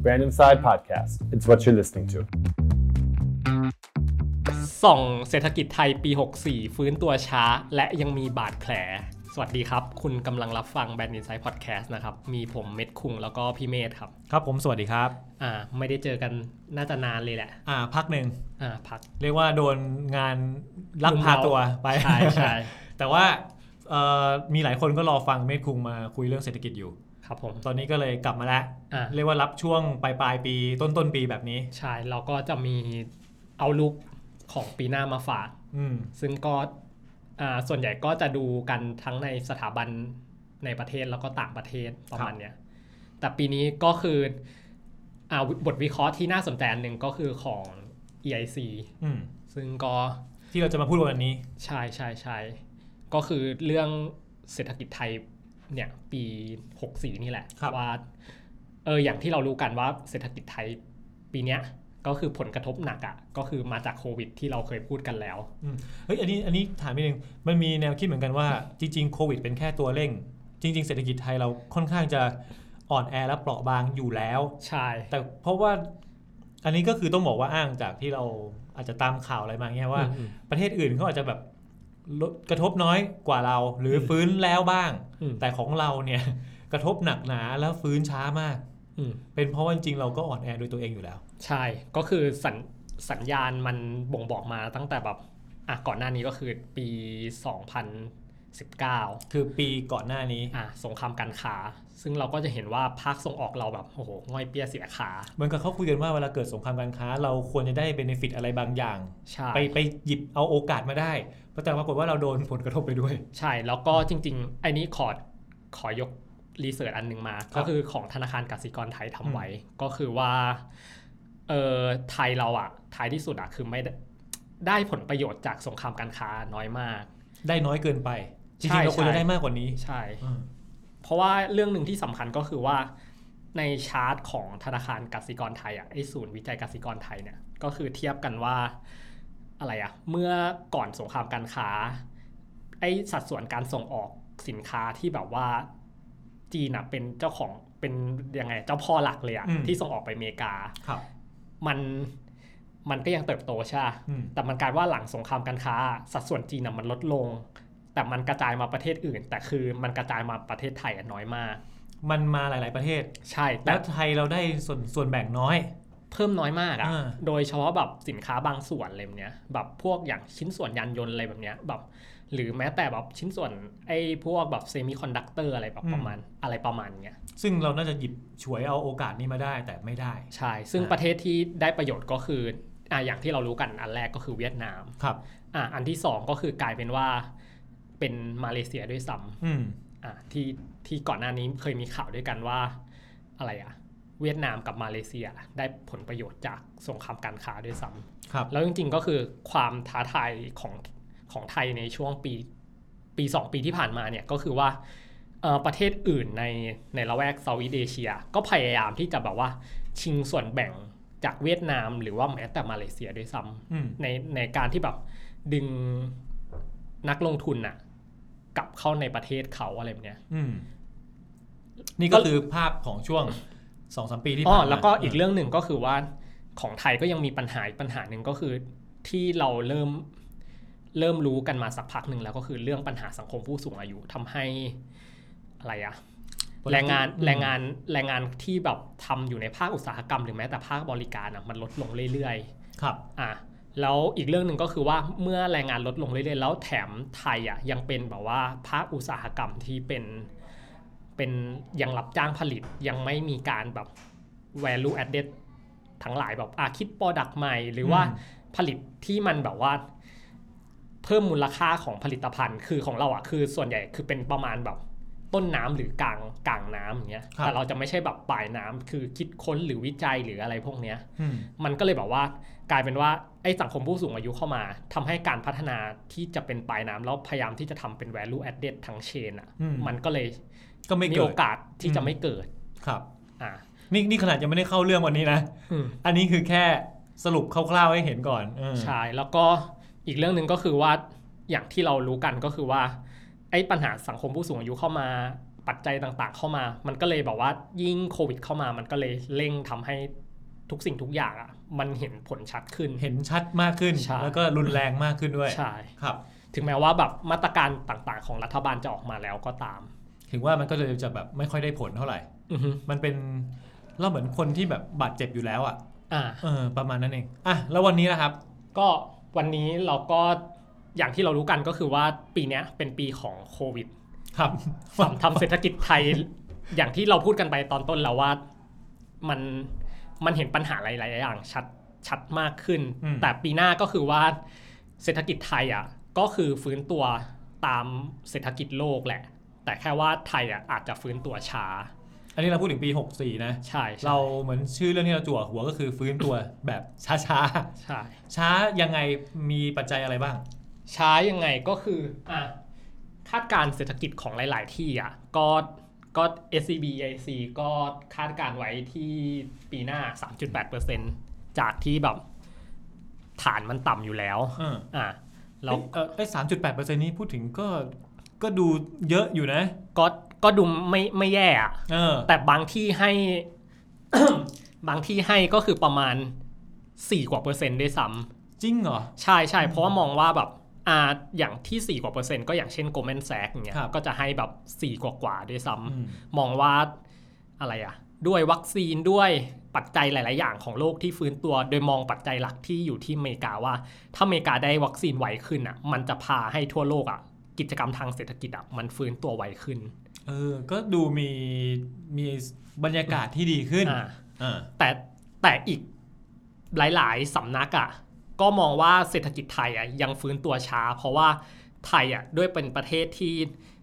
Random Side Podcast. It's what you're listening to. ส่องเศรษฐกิจไทยปี 64 ฟื้นตัวช้าและยังมีบาดแผลสวัสดีครับคุณกำลังรับฟัง Brand Insight Podcast นะครับมีผมเม็ดคุงแล้วก็พี่เมธครับครับผมสวัสดีครับไม่ได้เจอกันน่าจะนานเลยแหละพักหนึ่งพักเรียกว่าโดนงานลักพาตัวไปใช่แต่ว่ามีหลายคนก็รอฟังเมธคุงมาคุยเรื่องเศรษฐกิจอยู่ครับผมตอนนี้ก็เลยกลับมาแล้วเรียกว่ารับช่วงปลายปีต้นปีแบบนี้ใช่เราก็จะมีเอาลุกของปีหน้ามาฝากซึ่งก็ส่วนใหญ่ก็จะดูกันทั้งในสถาบันในประเทศแล้วก็ต่างประเทศประมาณเนี้ยแต่ปีนี้ก็คือบทวิเคราะห์ที่น่าสนใจอันหนึ่งก็คือของ EIC ซึ่งก็ที่เราจะมาพูดวันนี้ใช่ก็คือเรื่องเศรษฐกิจไทยเนี่ยปี64นี่แหละว่าอย่างที่เรารู้กันว่าเศรษฐกิจไทยปีเนี้ยก็คือผลกระทบหนักก็คือมาจากโควิดที่เราเคยพูดกันแล้วเฮ้ยอันนี้ถามนิดนึงมันมีแนวคิดเหมือนกันว่าจริงๆโควิดเป็นแค่ตัวเร่งจริงๆเศรษฐกิจไทยเราค่อนข้างจะอ่อนแอและเปราะบางอยู่แล้วใช่แต่เพราะว่าอันนี้ก็คือต้องบอกว่าอ้างจากที่เราอาจจะตามข่าวอะไรมาเงี้ยว่าประเทศอื่นเขาอาจจะแบบกระทบน้อยกว่าเราหรือฟื้นแล้วบ้างแต่ของเราเนี่ยกระทบหนักหนาแล้วฟื้นช้ามากเป็นเพราะว่าจริงๆเราก็อ่อนแอโดยตัวเองอยู่แล้วใช่ก็คือสัญญาณมันบ่งบอกมาตั้งแต่แบบก่อนหน้านี้ก็คือปี2019 คือปีก่อนหน้านี้สงครามการค้าซึ่งเราก็จะเห็นว่าภาคส่งออกเราแบบโอ้โหง่อยเปี้ยเสียขาเหมือนกับเขาคุยกันว่าเวลาเกิดสงครามการค้าเราควรจะได้เบเนฟิตอะไรบางอย่างไปหยิบเอาโอกาสมาได้แต่ปรากฏว่าเราโดนผลกระทบไปด้วยใช่แล้วก็จริงๆไอ้นี้ขอยกรีเสิร์ชอันนึงมาก็คือของธนาคารกสิกรไทยทำไว้ก็คือว่าไทยเราท้ายที่สุดคือไม่ได้ผลประโยชน์จากสงครามการค้าน้อยมากได้น้อยเกินไปจริงๆเราควรจะได้มากกว่านี้ใช่เพราะว่าเรื่องนึงที่สำคัญก็คือว่าในชาร์ตของธนาคารกสิกรไทยไอ้ศูนย์วิจัยกสิกรไทยเนี่ยก็คือเทียบกันว่าอะไรเมื่อก่อนสงครามการค้าไอ้สัดส่วนการส่งออกสินค้าที่แบบว่าจีนเป็นเจ้าของเป็นยังไงเจ้าพ่อหลักเลยที่ส่งออกไปอเมริกามันก็ยังเติบโตใช่แต่มันกลายว่าหลังสงครามการค้าสัดส่วนจีนมันลดลงแต่มันกระจายมาประเทศอื่นแต่คือมันกระจายมาประเทศไทยน้อยมากมันมาหลายๆประเทศใช่แล้วไทยเราได้ส่วนแบ่งน้อยเพิ่มน้อยมากโดยเฉพาะแบบสินค้าบางส่วนอะไรแบบเนี้ยแบบพวกอย่างชิ้นส่วนยานยนต์อะไรแบบเนี้ยแบบหรือแม้แต่แบบชิ้นส่วนไอ้พวกแบบเซมิคอนดักเตอร์อะไรแบบประมาณเนี้ยซึ่งเราน่าจะหยิบฉวยเอาโอกาสนี้มาได้แต่ไม่ได้ใช่ซึ่งประเทศที่ได้ประโยชน์ก็คืออย่างที่เรารู้กันอันแรกก็คือเวียดนามครับอันที่สองก็คือกลายเป็นว่าเป็นมาเลเซียด้วยซ้ำที่ก่อนหน้านี้เคยมีข่าวด้วยกันว่าอะไรเวียดนามกับมาเลเซียได้ผลประโยชน์จากสงครามการค้าด้วยซ้ำแล้วจริงๆก็คือความท้าทายของไทยในช่วงปี2 ปีที่ผ่านมาเนี่ยก็คือว่าประเทศอื่นในละแวกเซาท์อีสต์เอเชียก็พยายามที่จะแบบว่าชิงส่วนแบ่งจากเวียดนามหรือว่าแม้แต่มาเลเซียด้วยซ้ำในการที่แบบดึงนักลงทุนกลับเข้าในประเทศเขาอะไรแบบเนี้ยนี่ก็คือภาพของช่วง 2-3 ปีที่ผ่านมาแล้วก็อีกเรื่องหนึ่งก็คือว่าของไทยก็ยังมีปัญหาหนึ่งก็คือที่เราเริ่มรู้กันมาสักพักหนึ่งแล้วก็คือเรื่องปัญหาสังคมผู้สูงอายุทำให้อะไรแรงงานที่แบบทำอยู่ในภาคอุตสาหกรรมหรือแม้แต่ภาคบริการมันลดลงเรื่อยๆครับแล้วอีกเรื่องหนึ่งก็คือว่าเมื่อแรงงานลดลงเรื่อยๆแล้วแถมไทยยังเป็นแบบว่าภาคอุตสาหกรรมที่เป็นยังรับจ้างผลิตยังไม่มีการแบบ value added ทั้งหลายแบบคิด product ใหม่หรือว่าผลิตที่มันแบบว่าเพิ่มมูลค่าของผลิตภัณฑ์คือของเราคือส่วนใหญ่คือเป็นประมาณแบบต้นน้ำหรือกลางน้ำอย่างเงี้ยแต่เราจะไม่ใช่แบบปลายน้ำคือคิดค้นหรือวิจัยหรืออะไรพวกเนี้ยมันก็เลยแบบว่ากลายเป็นว่าไอ้สังคมผู้สูงอายุเข้ามาทำให้การพัฒนาที่จะเป็นปลายน้ำแล้วพยายามที่จะทำเป็น value added ทั้งเชนมันก็เลยมีโอกาสที่จะไม่เกิดครับนี่ขนาดยังไม่ได้เข้าเรื่องวันนี้นะอันนี้คือแค่สรุปคร่าวๆให้เห็นก่อนใช่แล้วก็อีกเรื่องนึงก็คือว่าอย่างที่เรารู้กันก็คือว่าไอ้ปัญหาสังคมผู้สูงอายุเข้ามาปัจจัยต่างๆเข้ามามันก็เลยแบบว่ายิ่งโควิดเข้ามามันก็เลยเร่งทำให้ทุกสิ่งทุกอย่างอ่ะมันเห็นผลชัดขึ้นเห็นชัดมากขึ้นแล้วก็รุนแรงมากขึ้นด้วยใช่ครับถึงแม้ว่าแบบมาตรการต่างๆของรัฐบาลจะออกมาแล้วก็ตามถึงว่ามันก็เลยจะแบบไม่ค่อยได้ผลเท่าไหร่มันเป็นเราเหมือนคนที่แบบบาดเจ็บอยู่แล้วอ่ะประมาณนั้นเองแล้ววันนี้นะครับก็วันนี้เราก็อย่างที่เรารู้กันก็คือว่าปีนี้เป็นปีของโควิดครับทำเศรษฐกิจไทยอย่างที่เราพูดกันไปตอนต้นแล้วว่ามันเห็นปัญหาหลายๆอย่างชัดมากขึ้นแต่ปีหน้าก็คือว่าเศรษฐกิจไทยอ่ะก็คือฟื้นตัวตามเศรษฐกิจโลกแหละแต่แค่ว่าไทยอ่ะอาจจะฟื้นตัวช้าอันนี้เราพูดถึงปี64นะใช่เราเหมือนชื่อเรื่องที่เราจั่วหัวก็คือฟื้นตัวแบบช้าใช่ช้ายังไงมีปัจจัยอะไรบ้างช้ายังไงก็คือคาดการเศรษฐกิจของหลายๆที่อ่ะก็ SCB EIC ก็คาดการไว้ที่ปีหน้า 3.8% จากที่แบบฐานมันต่ำอยู่แล้วแล้ว3.8% นี้พูดถึงก็ดูเยอะอยู่นะก็ดูไม่แย่แต่บางที่ให้ บางที่ให้ก็คือประมาณ4%กว่าด้วยซ้ำจริงเหรอใช่เพราะว่ามองว่าแบบอย่างที่4%กว่าก็อย่างเช่น Goldman Sachs อย่างเงี้ยก็จะให้แบบ4%กว่าด้วยซ้ำมองว่าอะไรด้วยวัคซีนด้วยปัจจัยหลายๆอย่างของโลกที่ฟื้นตัวโดยมองปัจจัยหลักที่อยู่ที่อเมริกาว่าถ้าอเมริกาได้วัคซีนไวขึ้นมันจะพาให้ทั่วโลกกิจกรรมทางเศรษฐกิจมันฟื้นตัวไวขึ้นก็ดูมีบรรยากาศที่ดีขึ้นแต่อีกหลายๆสำนักก็มองว่าเศรษฐกิจไทยยังฟื้นตัวช้าเพราะว่าไทยด้วยเป็นประเทศที่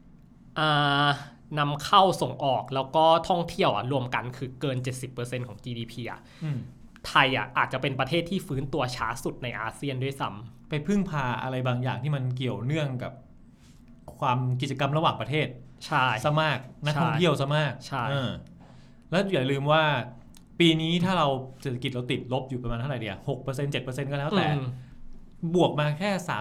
นำเข้าส่งออกแล้วก็ท่องเที่ยวรวมกันคือเกิน 70% ของ GDP ไทยอาจจะเป็นประเทศที่ฟื้นตัวช้าสุดในอาเซียนด้วยซ้ำไปพึ่งพาอะไรบางอย่างที่มันเกี่ยวเนื่องกับความกิจกรรมระหว่างประเทศใช่ซะมากนักท่องเที่ยวซะมากใช่แล้วอย่าลืมว่าปีนี้ถ้าเราเศรษฐกิจเราติดลบอยู่ประมาณเท่าไหร่เดียว 6% 7% ก็แล้วแต่บวกมาแค่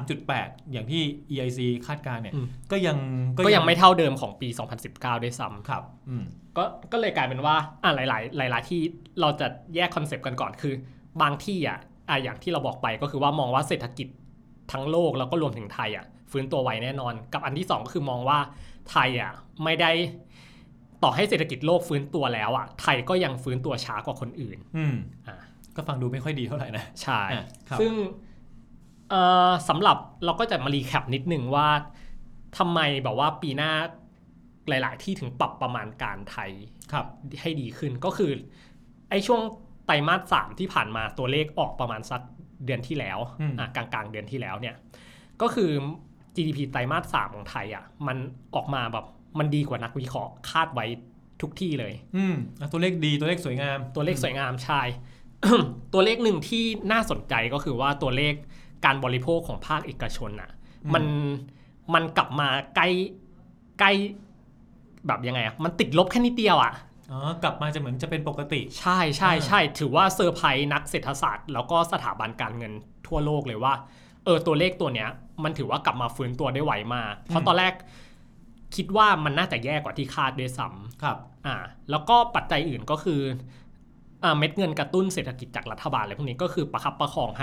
3.8 อย่างที่ EIC คาดการณ์เนี่ยก็ยังไม่เท่าเดิมของปี 2019 ด้วยซ้ำครับก็เลยกลายเป็นว่าหลายที่เราจะแยกคอนเซปต์กันก่อนคือบางที่อย่างที่เราบอกไปก็คือว่ามองว่าเศรษฐกิจทั้งโลกแล้วก็รวมถึงไทยฟื้นตัวไวแน่นอนกับอันที่2ก็คือมองว่าไทยไม่ได้ต่อให้เศรษฐกิจโลกฟื้นตัวแล้วไทยก็ยังฟื้นตัวช้ากว่าคนอื่นก็ฟังดูไม่ค่อยดีเท่าไหร่นะใช่ซึ่งสำหรับเราก็จะมารีแคปนิดนึงว่าทำไมแบบว่าปีหน้าหลายๆที่ถึงปรับประมาณการไทยให้ดีขึ้นก็คือไอ้ช่วงไตรมาส 3ที่ผ่านมาตัวเลขออกประมาณสักเดือนที่แล้วกลางๆเดือนที่แล้วเนี่ยก็คือ GDP ไตรมาส 3ของไทยมันออกมาแบบมันดีกว่านักวิเคราะห์คาดไว้ทุกที่เลยตัวเลขดีตัวเลขสวยงามใช่ ตัวเลขหนึ่งที่น่าสนใจก็คือว่าตัวเลขการบริโภคของภาคเอกชนมันกลับมาใกล้แบบยังไงมันติดลบแค่นิดเดียวกลับมาจะเหมือนจะเป็นปกติใช่ถือว่าเซอร์ไพรส์นักเศรษฐศาสตร์แล้วก็สถาบันการเงินทั่วโลกเลยว่าตัวเลขตัวเนี้ยมันถือว่ากลับมาฟื้นตัวได้ไวมากเพราะตอนแรกคิดว่ามันน่าจะแย่กว่าที่คาดด้วยซ้ำครับแล้วก็ปัจจัยอื่นก็คือเม็ดเงินกระตุ้นเศรษฐกิจจากรัฐบาลอะไรพวกนี้ก็คือประคับประคองให้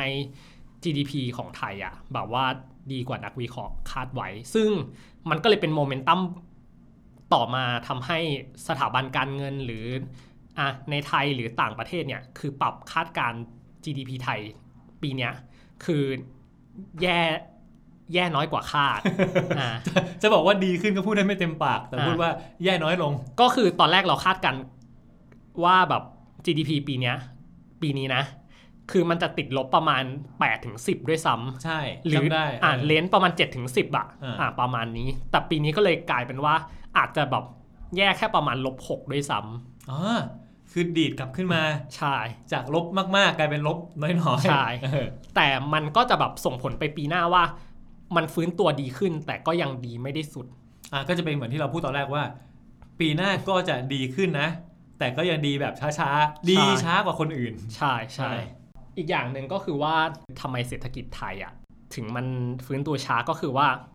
GDP ของไทยแบบว่าดีกว่านักวิเคราะห์คาดไว้ซึ่งมันก็เลยเป็นโมเมนตัมต่อมาทำให้สถาบันการเงินหรือในไทยหรือต่างประเทศเนี่ยคือปรับคาดการ GDP ไทยปีเนี้ยคือแย่น้อยกว่าคาดจะบอกว่าดีขึ้นก็พูดได้ไม่เต็มปากแต่พูดว่าแย่น้อยลงก็คือตอนแรกเราคาดกันว่าแบบ GDP ปีนี้นะคือมันจะติดลบประมาณ 8-10 ด้วยซ้ำใช่หรือเลนส์ประมาณ 7-10 ประมาณนี้แต่ปีนี้ก็เลยกลายเป็นว่าอาจจะแบบแย่แค่ประมาณ-6 ด้วยซ้ำคือดีดกลับขึ้นมาใช่จากลบมากๆกลายเป็นลบน้อยๆใช่แต่มันก็จะแบบส่งผลไปปีหน้าว่ามันฟื้นตัวดีขึ้นแต่ก็ยังดีไม่ได้สุดก็จะเป็นเหมือนที่เราพูดตอนแรกว่าปีหน้าก็จะดีขึ้นนะแต่ก็ยังดีแบบช้าๆดีช้ากว่าคนอื่นใช่อีกอย่างหนึ่งก็คือว่าทำไมเศรษฐกิจไทยถึงมันฟื้นตัวช้าก็คือว่า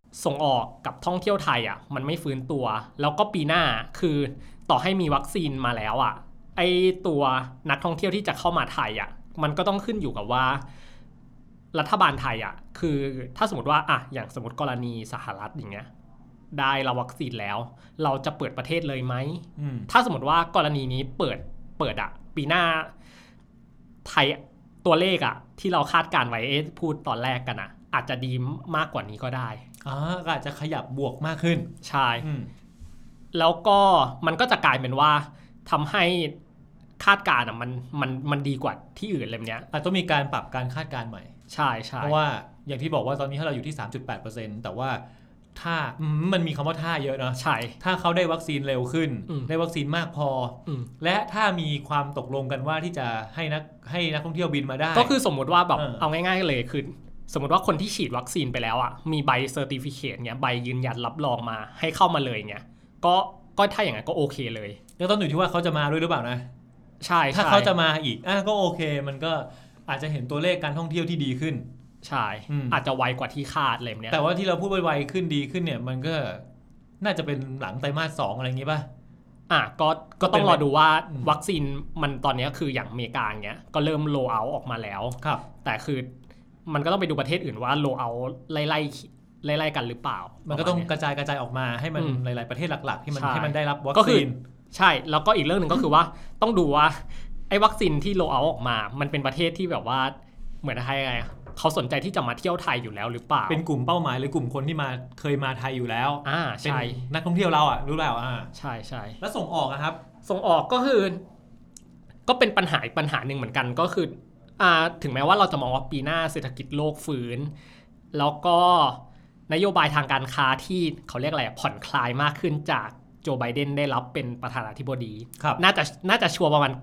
ส่งออกกับท่องเที่ยวไทยอ่ะมันไม่ฟื้นตัวแล้วก็ปีหน้าคือต่อให้มีวัคซีนมาแล้วอ่ะไอตัวนักท่องเที่ยวที่จะเข้ามาไทยอ่ะมันก็ต้องขึ้นอยู่กับว่ารัฐบาลไทยอ่ะคือถ้าสมมติว่าอ่ะอย่างสมมติกรณีสหรัฐอย่างเงี้ยได้รับวัคซีนแล้วเราจะเปิดประเทศเลยไหมถ้าสมมติว่ากรณีนี้เปิดอ่ะปีหน้าไทยตัวเลขอ่ะที่เราคาดการไว้พูดตอนแรกกันอ่ะอาจจะดีมากกว่านี้ก็ได้ก็อาจจะขยับบวกมากขึ้นใช่แล้วก็มันก็จะกลายเป็นว่าทำให้คาดการณ์อ่ะมันดีกว่าที่อื่นเลยเนี้ยอาจต้องมีการปรับการคาดการณ์ใหม่ใช่ใช่เพราะว่าอย่างที่บอกว่าตอนนี้ถ้าเราอยู่ที่ 3.8% แต่ว่าถ้ามันมีคำว่าถ้าเยอะเนาะใช่ถ้าเขาได้วัคซีนเร็วขึ้นได้วัคซีนมากพอและถ้ามีความตกลงกันว่าที่จะให้นักท่องเที่ยวบินมาได้ก็คือสมมติว่าแบบเอาง่ายๆเลยคือสมมติว่าคนที่ฉีดวัคซีนไปแล้วอ่ะมีใบเซอร์ติฟิเคตเงี้ยใบยืนยันรับรองมาให้เข้ามาเลยเงี้ยก็ถ้าอย่างนั้นก็โอเคเลยแล้วต้องอยู่ที่ว่าเขาจะมาด้วยหรือเปล่านะใช่ถ้าเขาจะมาอีกก็โอเคมันก็อาจจะเห็นตัวเลขการท่องเที่ยวที่ดีขึ้นใช่อาจจะไวกว่าที่คาดเลยเนี่ยแต่ว่าที่เราพูดไวขึ้นดีขึ้นเนี่ยมันก็น่าจะเป็นหลังไตรมาส 2อะไรอย่างงี้ป่ะก็ต้องรอดูว่าวัคซีนมันตอนนี้คืออย่างอเมริกาเงี้ยก็เริ่มโลเอาท์ออกมาแล้วแต่คือมันก็ต้องไปดูประเทศอื่นว่าโลเอาท์ไล่กันหรือเปล่ามันก็ต้องกระจายออกมาให้มันหลายๆประเทศหลักๆที่มันให้มันได้รับวัคซีนใช่แล้วก็อีกเรื่องนึงก็คือว่าต้องดูว่าไอ้วัคซีนที่โลเอาท์ออกมามันเป็นประเทศที่แบบว่าเหมือนไทยไงเขาสนใจที่จะมาเที่ยวไทยอยู่แล้วหรือเปล่าเป็นกลุ่มเป้าหมายหรือกลุ่มคนที่เคยมาไทยอยู่แล้วใช่นักท่องเที่ยวเรารู้เปล่าใช่ใช่แล้วส่งออกครับส่งออกก็คือก็เป็นปัญหาหนึ่งเหมือนกันก็คือถึงแม้ว่าเราจะมองว่าปีหน้าเศรษฐกิจโลกฟื้นแล้วก็นโยบายทางการค้าที่เขาเรียกอะไรผ่อนคลายมากขึ้นจากโจไบเดนได้รับเป็นประธานาธิบดีน่าจะชัวร์ประมาณ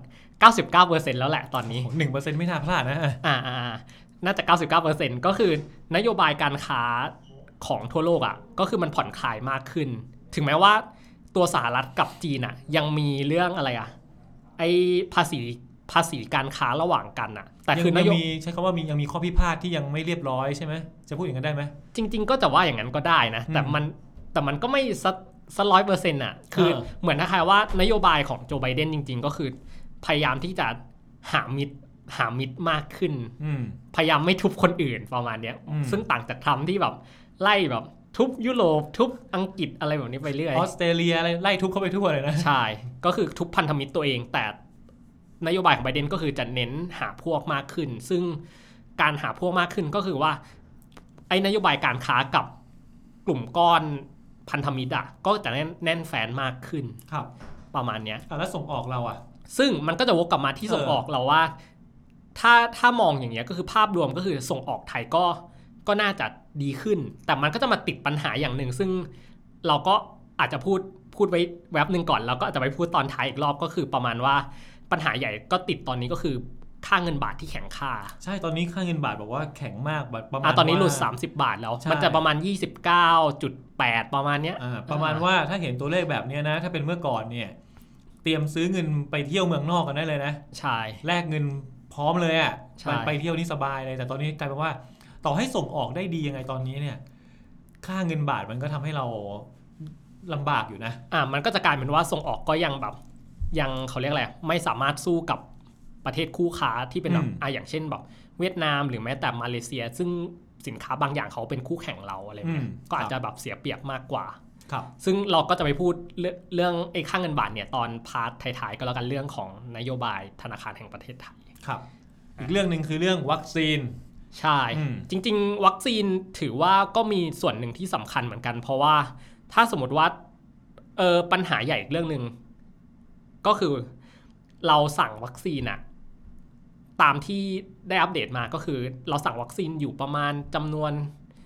99% แล้วแหละตอนนี้ 1% ไม่น่าพลาดนะน่าจะ 99% ก็คือนโยบายการค้าของทั่วโลกก็คือมันผ่อนคลายมากขึ้นถึงแม้ว่าตัวสหรัฐกับจีนยังมีเรื่องอะไรไอ้ภาษีการค้าระหว่างกันแต่คือมีใช้คำว่ายังมีข้อพิพาทที่ยังไม่เรียบร้อยใช่ไหมจะพูดอย่างนั้นได้ไหมจริงๆก็จะว่าอย่างนั้นก็ได้นะแต่มันก็ไม่สัก100%คือเหมือนนะคะว่านโยบายของโจไบเดนจริงๆก็คือพยายามที่จะหามิตรมากขึ้นพยายามไม่ทุบคนอื่นประมาณนี้ซึ่งต่างจากทรัมป์ที่แบบไล่แบบทุบยุโรปทุบอังกฤษอะไรแบบนี้ไปเรื่อยออสเตรเลียอะไรไล่ทุบเข้าไปทั่วเลยนะใช่ก็คือทุบพันธมิตรตัวเองแต่นโยบายของไบเดนก็คือจะเน้นหาพวกมากขึ้นซึ่งการหาพวกมากขึ้นก็คือว่าไอ้นโยบายการค้ากับกลุ่มก้อนพันธมิตรก็จะแน่นแฟนมากขึ้นประมาณนี้แล้วส่งออกเราซึ่งมันก็จะวกกลับมาที่ส่งออกเราว่าถ้ามองอย่างเงี้ยก็คือภาพรวมก็คือส่งออกไทยก็น่าจะดีขึ้นแต่มันก็จะมาติดปัญหาอย่างหนึ่งซึ่งเราก็อาจจะพูดไว้แวบนึงก่อนแล้วก็อาจจะไปพูดตอนท้ายอีกรอบก็คือประมาณว่าปัญหาใหญ่ก็ติดตอนนี้ก็คือค่าเงินบาทที่แข็งค่าใช่ตอนนี้ค่าเงินบาทบอกว่าแข็งมากประมาณตอนนี้หลุด30 บาทแล้วมันจะประมาณ 29.8 ประมาณเนี้ยประมาณว่าถ้าเห็นตัวเลขแบบนี้นะถ้าเป็นเมื่อก่อนเนี่ยเตรียมซื้อเงินไปเที่ยวเมืองนอกกันได้เลยนะใช่แลกเงินพร้อมเลยไปเที่ยวนี่สบายเลยแต่ตอนนี้กลายเป็นว่าต่อให้ส่งออกได้ดียังไงตอนนี้เนี่ยค่าเงินบาทมันก็ทำให้เราลำบากอยู่นะมันก็จะกลายเป็นว่าส่งออกก็ยังแบบยังเขาเรียกอะไรไม่สามารถสู้กับประเทศคู่ค้าที่เป็นแบบอย่างเช่นแบบเวียดนามหรือแม้แต่มาเลเซียซึ่งสินค้าบางอย่างเขาเป็นคู่แข่งเราอะไรเงี้ยก็อาจจะแบบเสียเปรียบมากกว่าซึ่งเราก็จะไปพูดเรื่องไอ้ค่าเงินบาทเนี่ยตอนพาร์ทท้ายๆก็แล้วกันเรื่องของนโยบายธนาคารแห่งประเทศไทยครับอีกเรื่องนึงคือเรื่องวัคซีนใช่จริงๆวัคซีนถือว่าก็มีส่วนหนึ่งที่สำคัญเหมือนกันเพราะว่าถ้าสมมติว่าปัญหาใหญ่อีกเรื่องนึงก็คือเราสั่งวัคซีนตามที่ได้อัปเดตมาก็คือเราสั่งวัคซีนอยู่ประมาณจำนวน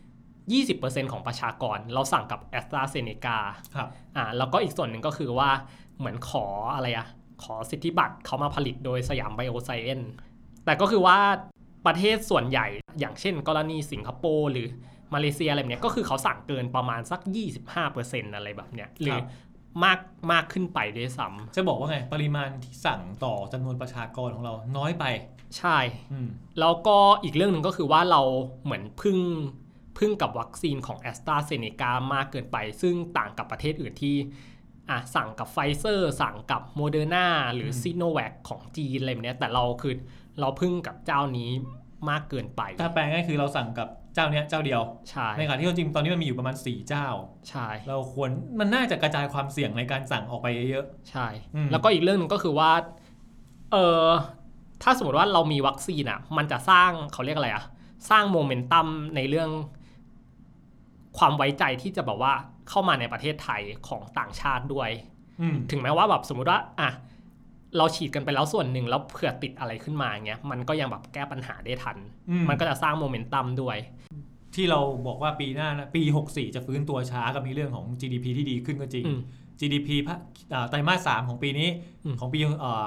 20% ของประชากรเราสั่งกับ AstraZeneca ครับแล้วก็อีกส่วนหนึ่งก็คือว่าเหมือนขอสิทธิบัตรเขามาผลิตโดยสยามไบโอไซเอนซ์แต่ก็คือว่าประเทศส่วนใหญ่อย่างเช่นกรณีสิงคโปร์หรือมาเลเซียอะไรแบบนี้ก็คือเขาสั่งเกินประมาณสัก 25% อะไรแบบเนี้ยหรือมากขึ้นไปด้วยซ้ำจะบอกว่าไงปริมาณที่สั่งต่อจำนวนประชากรของเราน้อยไปใช่แล้วก็อีกเรื่องนึงก็คือว่าเราเหมือนพึ่พึ่งกับวัคซีนของ AstraZeneca มากเกินไปซึ่งต่างกับประเทศอื่นที่สั่งกับไฟเซอร์สั่งกับโมเดอร์นาหรือซิโนแวคของจีนอะไรแบบนี้แต่เราพึ่งกับเจ้านี้มากเกินไปถ้าแปลง่ายคือเราสั่งกับเจ้านี้เจ้าเดียวใช่ในขณะที่จริงตอนนี้มันมีอยู่ประมาณ4เจ้าใช่เราควรมันน่าจะกระจายความเสี่ยงในการสั่งออกไปเยอะใช่แล้วก็อีกเรื่องนึงก็คือว่าถ้าสมมติว่าเรามีวัคซีนมันจะสร้างเขาเรียกอะไรสร้างโมเมนตัมในเรื่องความไว้ใจที่จะแบบว่าเข้ามาในประเทศไทยของต่างชาติด้วยถึงแม้ว่าแบบสมมุติว่าเราฉีดกันไปแล้วส่วนหนึ่งแล้วเผื่อติดอะไรขึ้นมาเงี้ยมันก็ยังแบบแก้ปัญหาได้ทันมันก็จะสร้างโมเมนตัมด้วยที่เราบอกว่าปีหน้าปี64จะฟื้นตัวช้ากับมีเรื่องของ GDP ที่ดีขึ้นก็จริง GDP ไตรมาส3ของปีนี้ของปี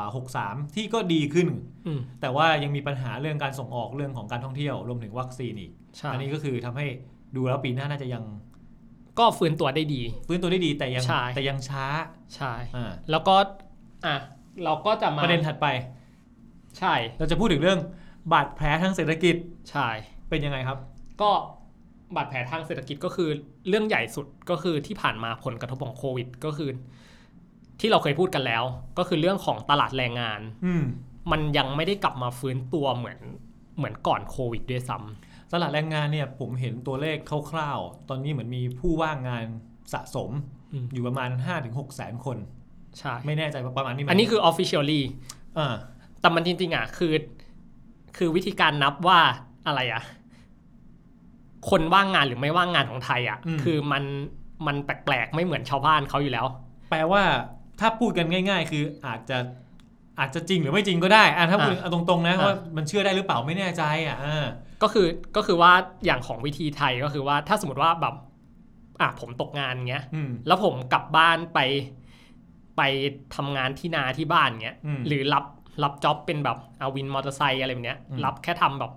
63ที่ก็ดีขึ้นแต่ว่ายังมีปัญหาเรื่องการส่งออกเรื่องของการท่องเที่ยวรวมถึงวัคซีนอีกอันนี้ก็คือทำให้ดูแล้วปีหน้าน่าจะยังก็ฟื้นตัวได้ดีแต่ยังช้าใช่แล้วก็เราก็จะมาประเด็นถัดไปใช่เราจะพูดถึงเรื่องบาดแผลทางเศรษฐกิจใช่เป็นยังไงครับก็บาดแผลทางเศรษฐกิจก็คือเรื่องใหญ่สุดก็คือที่ผ่านมาผลกระทบของโควิดก็คือที่เราเคยพูดกันแล้วก็คือเรื่องของตลาดแรงงานมันยังไม่ได้กลับมาฟื้นตัวเหมือนก่อนโควิดด้วยซ้ำตลาดแรงงานเนี่ยผมเห็นตัวเลขคร่าวๆตอนนี้เหมือนมีผู้ว่างงานสะสมอยู่ประมาณ 5-6 แสนคนใช่ไม่แน่ใจประมาณนี้อันนี้คือ officially แต่มันจริงๆคือวิธีการนับว่าอะไรคนว่างงานหรือไม่ว่างงานของไทยคือมันแปลกๆไม่เหมือนชาวบ้านเขาอยู่แล้วแปลว่าถ้าพูดกันง่ายๆคืออาจจะจริงหรือไม่จริงก็ได้ถ้าพูดตรงๆนะว่ามันเชื่อได้หรือเปล่าไม่แน่ใจก็คือว่าอย่างของวิธีไทยก็คือว่าถ้าสมมติว่าแบบผมตกงานเงี้ยแล้วผมกลับบ้านไปทำงานที่นาที่บ้านเงี้ยหรือรับจ็อบเป็นแบบวินมอเตอร์ไซค์อะไรแบบเนี้ยรับแค่ทำแบบ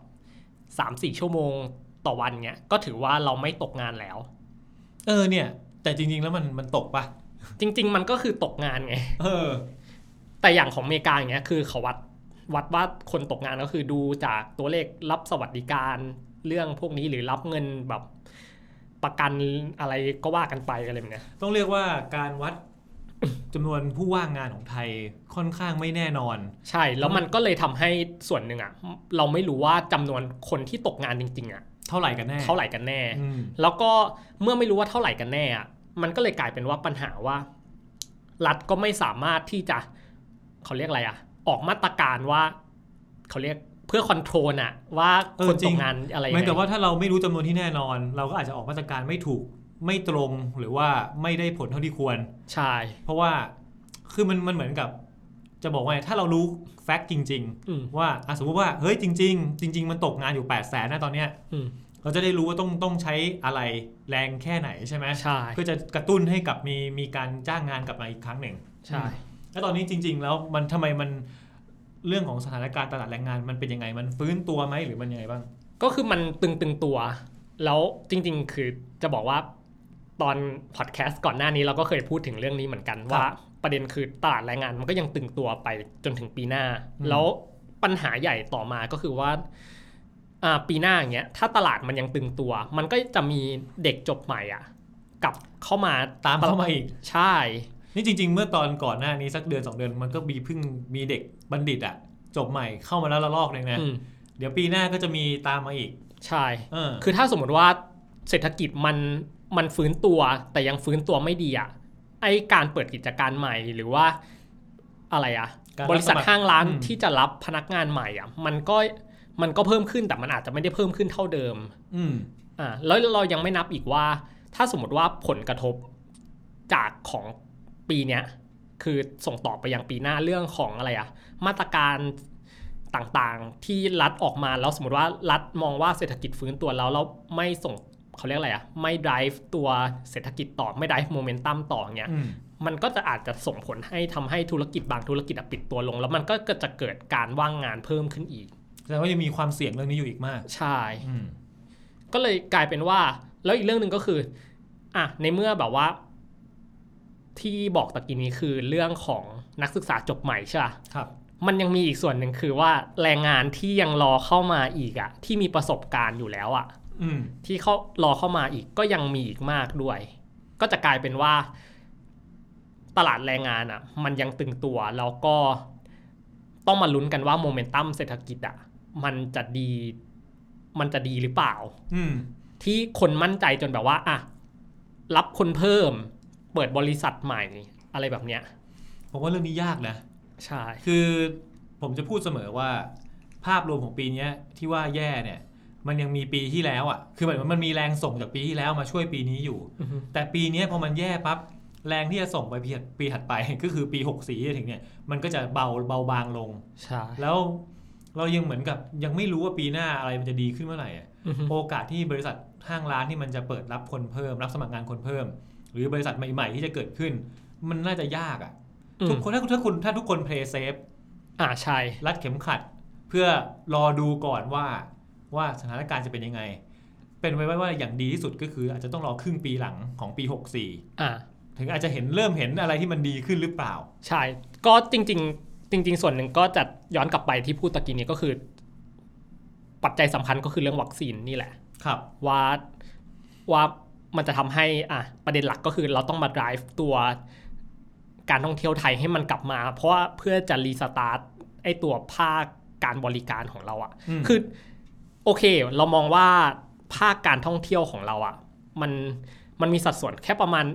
3-4 ชั่วโมงต่อวันเงี้ยก็ถือว่าเราไม่ตกงานแล้วเนี่ยแต่จริงๆแล้วมันตกปะจริงๆมันก็คือตกงานไงแต่อย่างของอเมริกาอย่างเงี้ยคือเขาวัดว่าคนตกงานก็คือดูจากตัวเลขรับสวัสดิการเรื่องพวกนี้หรือรับเงินแบบประกันอะไรก็ว่ากันไปอะไรแบบเนี้ยต้องเรียกว่าการวัดจำนวนผู้ว่างงานของไทยค่อนข้างไม่แน่นอนใช่แล้วมันก็เลยทำให้ส่วนหนึ่งเราไม่รู้ว่าจำนวนคนที่ตกงานจริงๆเท่าไหร่กันแน่แล้วก็เมื่อไม่รู้ว่าเท่าไหร่กันแน่มันก็เลยกลายเป็นว่าปัญหาว่ารัฐก็ไม่สามารถที่จะเขาเรียกอะไรออกมาตรการว่าเขาเรียกเพื่อคอนโทรลว่าคนตกงานอะไรเหมือนกับว่าถ้าเราไม่รู้จำนวนที่แน่นอนเราก็อาจจะออกมาตรการไม่ถูกไม่ตรงหรือว่าไม่ได้ผลเท่าที่ควรใช่เพราะว่าคือมันเหมือนกับจะบอกว่าถ้าเรารู้แฟกต์จริงๆว่าสมมติว่าเฮ้ยจริงมันตกงานอยู่ 800,000 นะตอนเนี้ยเราจะได้รู้ว่าต้องใช้อะไรแรงแค่ไหนใช่ไหมใช่เพื่อจะกระตุ้นให้กับมีการจ้างงานกลับมาอีกครั้งหนึ่งใช่แล้วตอนนี้จริงๆแล้วมันทำไมมันเรื่องของสถานการณ์ตลาดแรงงานมันเป็นยังไงมันฟื้นตัวไหมหรือมันยังไงบ้างก็คือมันตึงตัวแล้วจริงๆคือจะบอกว่าตอนพอดแคสต์ก่อนหน้านี้เราก็เคยพูดถึงเรื่องนี้เหมือนกันว่าประเด็นคือตลาดแรงงานมันก็ยังตึงตัวไปจนถึงปีหน้าแล้วปัญหาใหญ่ต่อมาก็คือว่าปีหน้าอย่างเงี้ยถ้าตลาดมันยังตึงตัวมันก็จะมีเด็กจบใหม่กลับเข้ามาตามเข้ามาอีกใช่นี่จริงๆเมื่อตอนก่อนหน้านี้สักเดือน2 เดือนมันก็มีเด็กบัณฑิตจบใหม่เข้ามาแล้วระลอกนึงนะเดี๋ยวปีหน้าก็จะมีตามมาอีกใช่คือถ้าสมมติว่าเศรษฐกิจมันฟื้นตัวแต่ยังฟื้นตัวไม่ดีไอ้การเปิดกิจการใหม่หรือว่าอะไรบริษัทห้างร้านที่จะรับพนักงานใหม่มันก็เพิ่มขึ้นแต่มันอาจจะไม่ได้เพิ่มขึ้นเท่าเดิมแล้วเรายังไม่นับอีกว่าถ้าสมมติว่าผลกระทบจากของปีเนี้ยคือส่งต่อไปยังปีหน้าเรื่องของอะไรมาตรการต่างๆที่รัฐออกมาแล้วสมมติว่ารัฐมองว่าเศรษฐกิจฟื้นตัวแล้วไม่ส่งเขาเรียกอะไรไม่ drive ตัวเศรษฐกิจต่อไม่ drive momentum ต่อเงี้ยมันก็จะอาจจะส่งผลให้ทำให้ธุรกิจบางธุรกิจปิดตัวลงแล้วมันก็จะเกิดการว่างงานเพิ่มขึ้นอีกแสดงว่ายังมีความเสี่ยงเรื่องนี้อยู่อีกมากใช่ก็เลยกลายเป็นว่าแล้วอีกเรื่องนึงก็คือในเมื่อแบบว่าที่บอกตะกี้นี้คือเรื่องของนักศึกษาจบใหม่ใช่ครับมันยังมีอีกส่วนหนึ่งคือว่าแรงงานที่ยังรอเข้ามาอีกที่มีประสบการณ์อยู่แล้วที่เขารอเข้ามาอีกก็ยังมีอีกมากด้วยก็จะกลายเป็นว่าตลาดแรงงานอ่ะมันยังตึงตัวแล้วก็ต้องมาลุ้นกันว่าโมเมนตัมเศรษฐกิจอ่ะมันจะดีหรือเปล่าที่คนมั่นใจจนแบบว่าอ่ะรับคนเพิ่มเปิดบริษัทใหม่อะไรแบบเนี้ยผมว่าเรื่องนี้ยากนะใช่คือผมจะพูดเสมอว่าภาพรวมของปีนี้ที่ว่าแย่เนี่ยมันยังมีปีที่แล้วอ่ะคือมันมีแรงส่งจากปีที่แล้วมาช่วยปีนี้อยู่ แต่ปีนี้พอมันแย่ปั๊บแรงที่จะส่งไปปีถัดไปก็คือปี64ถึงเนี่ยมันก็จะเบาบางลงใช่แล้วเรายังเหมือนกับยังไม่รู้ว่าปีหน้าอะไรมันจะดีขึ้นเมื่อไหร่โอกาสที่บริษัทห้างร้านที่มันจะเปิดรับคนเพิ่มรับสมัครงานคนเพิ่มหรือบริษัทใหม่ๆที่จะเกิดขึ้นมันน่าจะยากอ่ะทุกคนถ้าทุกคนเพลย์เซฟใช่รัดเข็มขัดเพื่อรอดูก่อนว่าสถานการณ์จะเป็นยังไงเป็นไว้ว่าอย่างดีที่สุดก็คืออาจจะต้องรอครึ่งปีหลังของปี64ถึงอาจจะเริ่มเห็นอะไรที่มันดีขึ้นหรือเปล่าใช่ก็จริงส่วนหนึ่งก็จะย้อนกลับไปที่พูดตะกี้นี้ก็คือปัจจัยสำคัญก็คือเรื่องวัคซีนนี่แหละครับว่ามันจะทำให้ประเด็นหลักก็คือเราต้องมา drive ตัวการท่องเที่ยวไทยให้มันกลับมาเพราะว่าเพื่อจะรีสตาร์ทไอ้ตัวภาคการบริการของเราอ่ะคือโอเคเรามองว่าภาคการท่องเที่ยวของเราอ่ะมันมีสัดส่วนแค่ประมาณ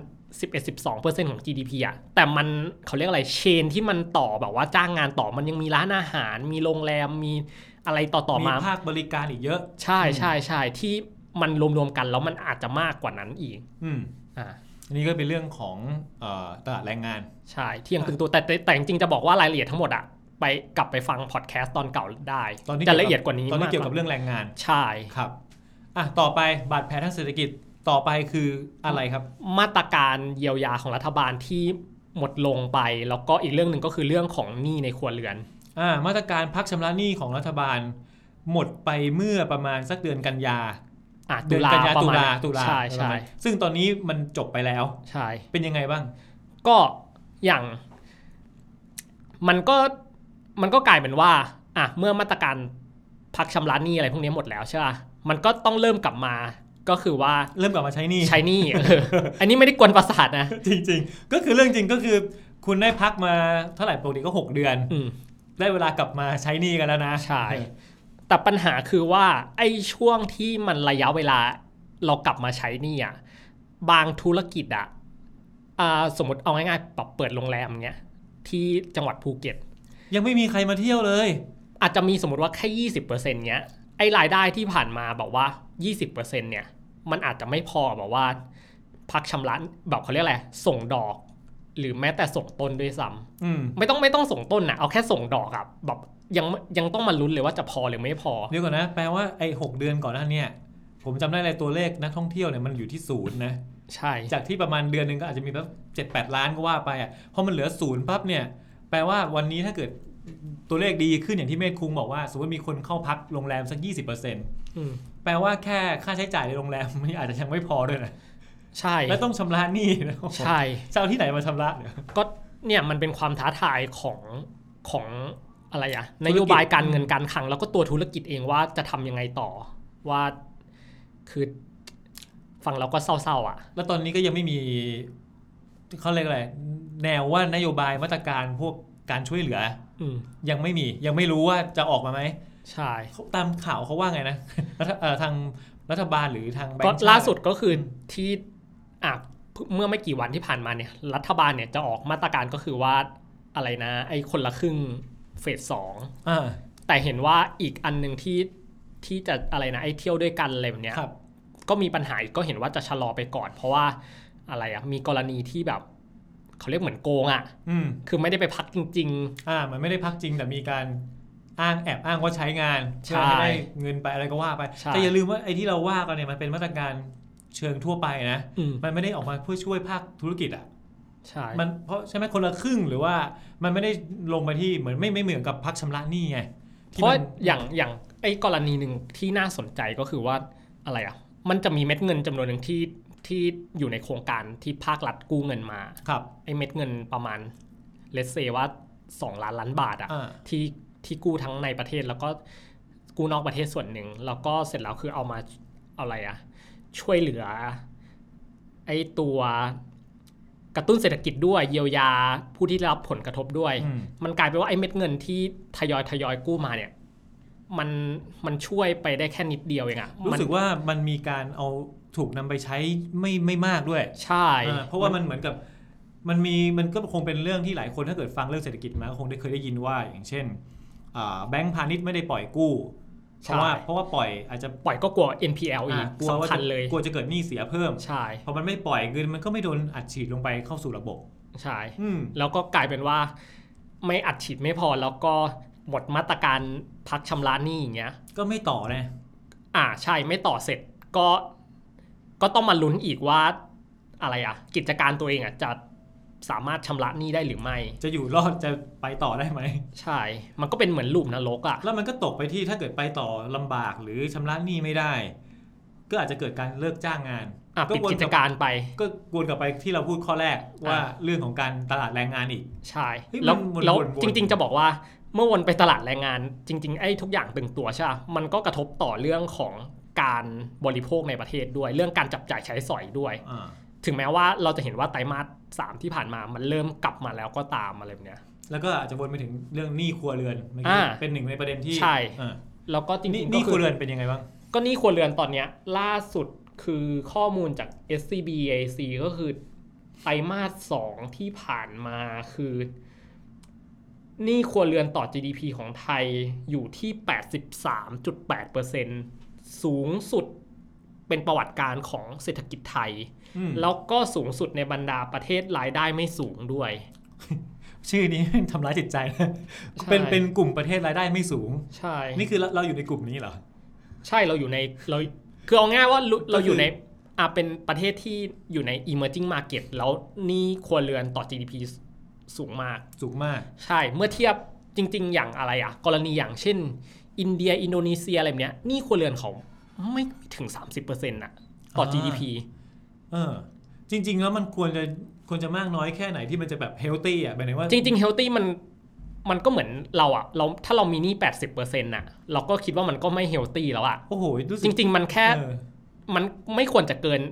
11-12% ของ GDP อ่ะแต่มันเขาเรียกอะไรเชนที่มันต่อแบบว่าจ้างงานต่อมันยังมีร้านอาหารมีโรงแรมมีอะไรต่อมามีภาคบริการอีกเยอะใช่ที่มันรวมๆกันแล้วมันอาจจะมากกว่านั้นอีกอันนี้ก็เป็นเรื่องของตลาดแรงงานใช่ที่ยังตึงตัวแต่จริงๆจะบอกว่ารายละเอียดทั้งหมดอะไปกลับไปฟังพอดแคสต์ตอนเก่าได้จะละเอียดกว่านี้ตอนนี้เกี่ยวกับเรื่องแรงงานใช่ครับต่อไปบาดแผลทางเศรษฐกิจต่อไปคืออะไรครับมาตรการเยียวยาของรัฐบาลที่หมดลงไปแล้วก็อีกเรื่องนึงก็คือเรื่องของหนี้ในครัวเรือนมาตรการพักชำระหนี้ของรัฐบาลหมดไปเมื่อประมาณสักเดือนกันยาตุลาใช่ซึ่งตอนนี้มันจบไปแล้วใช่เป็นยังไงบ้างก็อย่างมันก็กลายเป็นว่าเมื่อมาตรการพักชำระหนี้อะไรพวกนี้หมดแล้วใช่ป่ะมันก็ต้องเริ่มกลับมาก็คือว่าเริ่มกลับมาใช้หนี้อันนี้ไม่ได้กวนประสาทนะจริงๆก็คือเรื่องจริงก็คือคุณได้พักมาเท่าไหร่ปกติก็6เดือนได้เวลากลับมาใช้หนี้กันแล้วนะใช่แต่ปัญหาคือว่าไอ้ช่วงที่มันระยะเวลาเรากลับมาใช้หนี้บางธุรกิจสมมติเอาง่ายๆปรับเปิดโรงแรมเงี้ยที่จังหวัดภูเก็ตยังไม่มีใครมาเที่ยวเลยอาจจะมีสมมติว่าแค่ 20% เงี้ยไอ้รายได้ที่ผ่านมาแบบว่า 20% เนี่ยมันอาจจะไม่พอแบบว่าพักชำระแบบเขาเรียกอะไรส่งดอกหรือแม้แต่ส่งต้นด้วยซ้ำไม่ต้องส่งต้นเอาแค่ส่งดอกแบบยังต้องมาลุ้นเลยว่าจะพอหรือไม่พอเดี๋ยวก่อนนะแปลว่าไอ้6เดือนก่อนหน้านี้ผมจำได้เลยตัวเลขนักท่องเที่ยวเนี่ยมันอยู่ที่0นะใช่จากที่ประมาณเดือนนึงก็อาจจะมีแบบ 7-8 ล้านก็ว่าไปพอมันเหลือ0ปั๊บเนี่ยแปลว่าวันนี้ถ้าเกิดตัวเลขดีขึ้นอย่างที่เมธคุงบอกว่าสมมติมีคนเข้าพักโรงแรมสัก 20% แปลว่าแค่ค่าใช้จ่ายในโรงแรมมันอาจจะยังไม่พอด้วยนะใช่แล้วต้องชำระหนี้ใช่จะเอาที่ไหนมาชำระเนี่ยก็เนี่ยมันเป็นความท้าทายของอะไรนโยบายการเงินการคลังแล้วก็ตัวธุรกิจเองว่าจะทำยังไงต่อว่าคือฟังแล้วก็เศร้าๆแล้วตอนนี้ก็ยังไม่มีเขาเรียกอะไรแนวว่านโยบายมาตรการพวกการช่วยเหลือยังไม่รู้ว่าจะออกมาไหมใช่ตามข่าวเขาว่าไงนะทางรัฐบาลหรือทางแบงก์ล่าสุดก็คือที่เมื่อไม่กี่วันที่ผ่านมาเนี่ยรัฐบาลเนี่ยจะออกมาตรการก็คือว่าอะไรนะไอ้คนละครึ่งเฟส 2แต่เห็นว่าอีกอันนึงที่จะอะไรนะไอ้เที่ยวด้วยกันอะไรแบบเนี้ยก็มีปัญหาก็เห็นว่าจะชะลอไปก่อนเพราะว่าอะไรมีกรณีที่แบบเขาเรียกเหมือนโกงคือไม่ได้ไปพักจริงๆมันไม่ได้พักจริงแต่มีการแอบอ้างว่าใช้งานเพื่อให้ได้เงินไปอะไรก็ว่าไปแต่อย่าลืมว่าไอ้ที่เราว่ากันเนี่ยมันเป็นมาตรการเชิงทั่วไปนะมันไม่ได้ออกมาเพื่อช่วยภาคธุรกิจใช่มันเพราะใช่ไหมคนละครึ่งหรือว่ามันไม่ได้ลงไปที่เหมือนไม่เหมือนกับพักชำระหนี้ไงเพราะอย่างไอ้กรณีหนึ่งที่น่าสนใจก็คือว่าอะไรมันจะมีเม็ดเงินจำนวนหนึ่งที่อยู่ในโครงการที่ภาครัฐกู้เงินมาไอ้เม็ดเงินประมาณเลทเซว่า2 ล้านล้านบาทที่กู้ทั้งในประเทศแล้วก็กู้นอกประเทศส่วนหนึ่งแล้วก็เสร็จแล้วคือเอาอะไรอะช่วยเหลือไอ้ตัวกระตุ้นเศรษฐกิจด้วยเยียวยาผู้ที่ได้รับผลกระทบด้วยมันกลายเป็นว่าไอ้เม็ดเงินที่ทยอยกู้มาเนี่ยมันช่วยไปได้แค่นิดเดียวเองอะรู้สึกว่ามันมีการเอาถูกนำไปใช้ไม่มากด้วยใช่เพราะว่ามันเหมือนกับมันก็คงเป็นเรื่องที่หลายคนถ้าเกิดฟังเรื่องเศรษฐกิจมาก็คงเคยได้ยินว่าอย่างเช่นแบงก์พาณิชย์ไม่ได้ปล่อยกู้เพราะว่าปล่อยอาจจะปล่อยก็กลัว NPL อีกสำคัญเลยกลัวจะเกิดหนี้เสียเพิ่มใช่พอมันไม่ปล่อยเงินมันก็ไม่โดนอัดฉีดลงไปเข้าสู่ระบบใช่แล้วก็กลายเป็นว่าไม่อัดฉีดไม่พอแล้วก็หมดมาตรการพักชำระหนี้อย่างเงี้ยก็ไม่ต่อนะใช่ไม่ต่อเสร็จก็ต้องมาลุ้นอีกว่าอะไรกิจการตัวเองจะสามารถชำระหนี้ได้หรือไม่จะอยู่รอดจะไปต่อได้ไหมใช่มันก็เป็นเหมือนลูปนรกแล้วมันก็ตกไปที่ถ้าเกิดไปต่อลำบากหรือชำระหนี้ไม่ได้ก็อาจจะเกิดการเลิกจ้างงานปิดกิจการไปก็วนกลับไปที่เราพูดข้อแรกว่าเรื่องของการตลาดแรงงานอีกใช่แล้วจริงๆจะบอกว่าเมื่อวนไปตลาดแรงงานจริงๆไอ้ทุกอย่างตึงตัวใช่มันก็กระทบต่อเรื่องของการบริโภคในประเทศด้วยเรื่องการจับจ่ายใช้สอยด้วยถึงแม้ว่าเราจะเห็นว่าไตรมาส 3ที่ผ่านมามันเริ่มกลับมาแล้วก็ตามอะไรแบบเนี้ยแล้วก็อาจจะวนไปถึงเรื่องหนี้ครัวเรือนเป็นหนึ่งในประเด็นที่ใช่แล้วก็จริงๆหนี้ครัวเรือนเป็นยังไงบ้างก็หนี้ครัวเรือนตอนเนี้ยล่าสุดคือข้อมูลจาก SCBAC ก็คือไตรมาส 2ที่ผ่านมาคือหนี้ครัวเรือนต่อ GDP ของไทยอยู่ที่ 83.8% สูงสุดเป็นประวัติการของเศรษฐกิจไทยแล้วก็สูงสุดในบรรดาประเทศรายได้ไม่สูงด้วยชื่อนี้ทำร้ายจิตใจเป็นกลุ่มประเทศรายได้ไม่สูงใช่นี่คือเราอยู่ในกลุ่มนี้เหรอใช่เราอยู่ในเราคือเอาง่ายว่าเราอยู่ในเป็นประเทศที่อยู่ใน emerging market แล้วหนี้ครัวเรือนต่อ GDP สูงมากใช่เมื่อเทียบจริงๆอย่างอะไรกรณีอย่างเช่นอินเดียอินโดนีเซียอะไรแบบเนี้ยหนี้ครัวเรือนเขาไม่ถึง 30% น่ะต่อ GDP จริงๆแล้วมันควรจะมากน้อยแค่ไหนที่มันจะแบบเฮลตี้หมายถึงว่าจริงๆเฮลตี้มันก็เหมือนเราถ้าเรามีหนี้ 80% น่ะเราก็คิดว่ามันก็ไม่เฮลตี้แล้วโอ้โหจริงๆมันแค่มันไม่ควรจะเกิน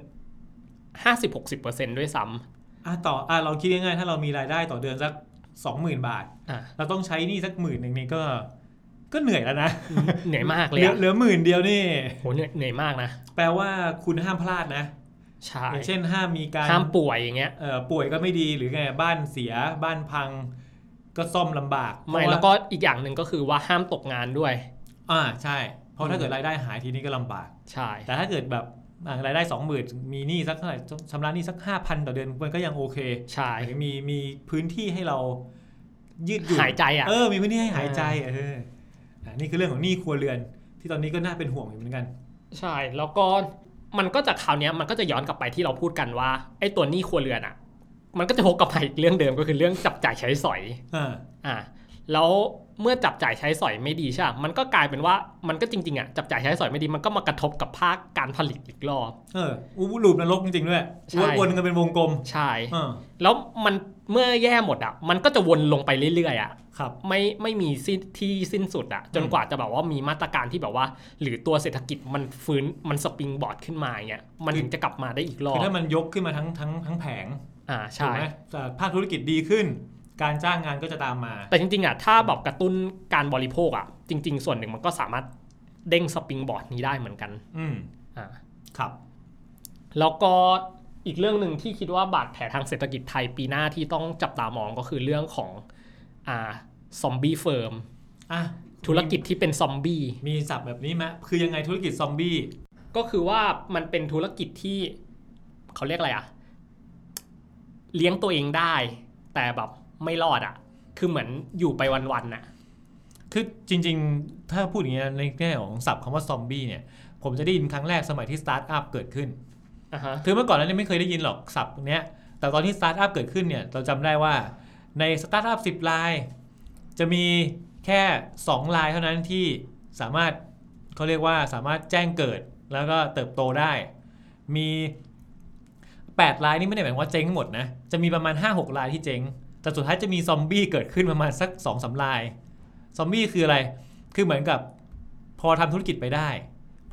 50-60% ด้วยซ้ำเราคิดง่ายๆถ้าเรามีรายได้ต่อเดือนสัก 20,000 บาทเราต้องใช้หนี้สัก 10,000 นึงนี่ก็เหนื่อยแล้วนะเหนื่อยมากเลยเหลือ10,000 เดียวนี่โหเหนื่อยมากนะแปลว่าคุณห้ามพลาดนะใช่อย่างเช่นห้ามมีการห้ามป่วยอย่างเงี้ยป่วยก็ไม่ดีหรือไงบ้านเสียบ้านพังก็ซ่อมลำบากไม่แล้วก็อีกอย่างหนึ่งก็คือว่าห้ามตกงานด้วยใช่เพราะถ้าเกิดรายได้หายทีนี้ก็ลำบากใช่แต่ถ้าเกิดแบบรายได้ 20,000 มีหนี้สักเท่าไหร่ชำระหนี้สัก 5,000 ต่อเดือนมันก็ยังโอเคใช่มีพื้นที่ให้เรายืดหยุ่นหายใจมีพื้นที่ให้หายใจนี่คือเรื่องของหนี้ครัวเรือนที่ตอนนี้ก็น่าเป็นห่วงอยู่เหมือนกันใช่แล้วก็มันก็จากคราวนี้มันก็จะย้อนกลับไปที่เราพูดกันว่าไอ้ตัวหนี้ครัวเรือนมันก็จะพกกลับไปอีกเรื่องเดิมก็คือเรื่องจับจ่ายใช้สอยแล้วเมื่อจับจ่ายใช้สอยไม่ดีใช่มันก็กลายเป็นว่ามันก็จริงๆจับจ่ายใช้สอยไม่ดีมันก็มากระทบกับภาคการผลิตอีกรอบลูปนรกจริงๆด้วยวนกันเป็นวงกลมใช่แล้วมันเมื่อแย่หมดมันก็จะวนลงไปเรื่อยๆครับไม่มีที่สิ้นสุดจนกว่าจะแบบว่ามีมาตรการที่แบบว่าหรือตัวเศรษฐกิจมันฟื้นมันสปริงบอร์ดขึ้นมาเงี้ยมันถึงจะกลับมาได้อีกรอบคือถ้ามันยกขึ้นมาทั้งแผงใช่ภาคธุรกิจดีขึ้นการจ้างงานก็จะตามมาแต่จริงๆถ้าแบบกระตุ้นการบริโภคจริงๆส่วนหนึ่งมันก็สามารถเด้งสปริงบอร์ดนี้ได้เหมือนกันครับแล้วก็อีกเรื่องหนึ่งที่คิดว่าบาดแผลทางเศรษฐกิจไทยปีหน้าที่ต้องจับตามองก็คือเรื่องของซอมบี้เฟิร์มธุรกิจที่เป็นซอมบี้มีศัพท์แบบนี้ไหมคือยังไงธุรกิจซอมบี้ก็คือว่ามันเป็นธุรกิจที่เขาเรียกอะไรเลี้ยงตัวเองได้แต่แบบไม่รอดคือเหมือนอยู่ไปวันๆคือจริงๆถ้าพูดอย่างนี้ในแง่ของศัพท์คำว่าซอมบี้เนี่ยผมจะได้ยินครั้งแรกสมัยที่สตาร์ทอัพเกิดขึ้นคือเมื่อก่อนนั้นไม่เคยได้ยินหรอกศัพท์เนี้ยแต่ตอนที่สตาร์ทอัพเกิดขึ้นเนี่ยเราจำได้ว่าในสตาร์ทอัพ10 รายจะมีแค่2 รายเท่านั้นที่สามารถเขาเรียกว่าสามารถแจ้งเกิดแล้วก็เติบโตได้มี8 รายนี่ไม่ได้หมายว่าเจ๊งหมดนะจะมีประมาณ 5-6 รายที่เจ๊งแต่สุดท้ายจะมีซอมบี้เกิดขึ้นประมาณสัก 2-3 รายซอมบี้คืออะไรคือเหมือนกับพอทำธุรกิจไปได้พอ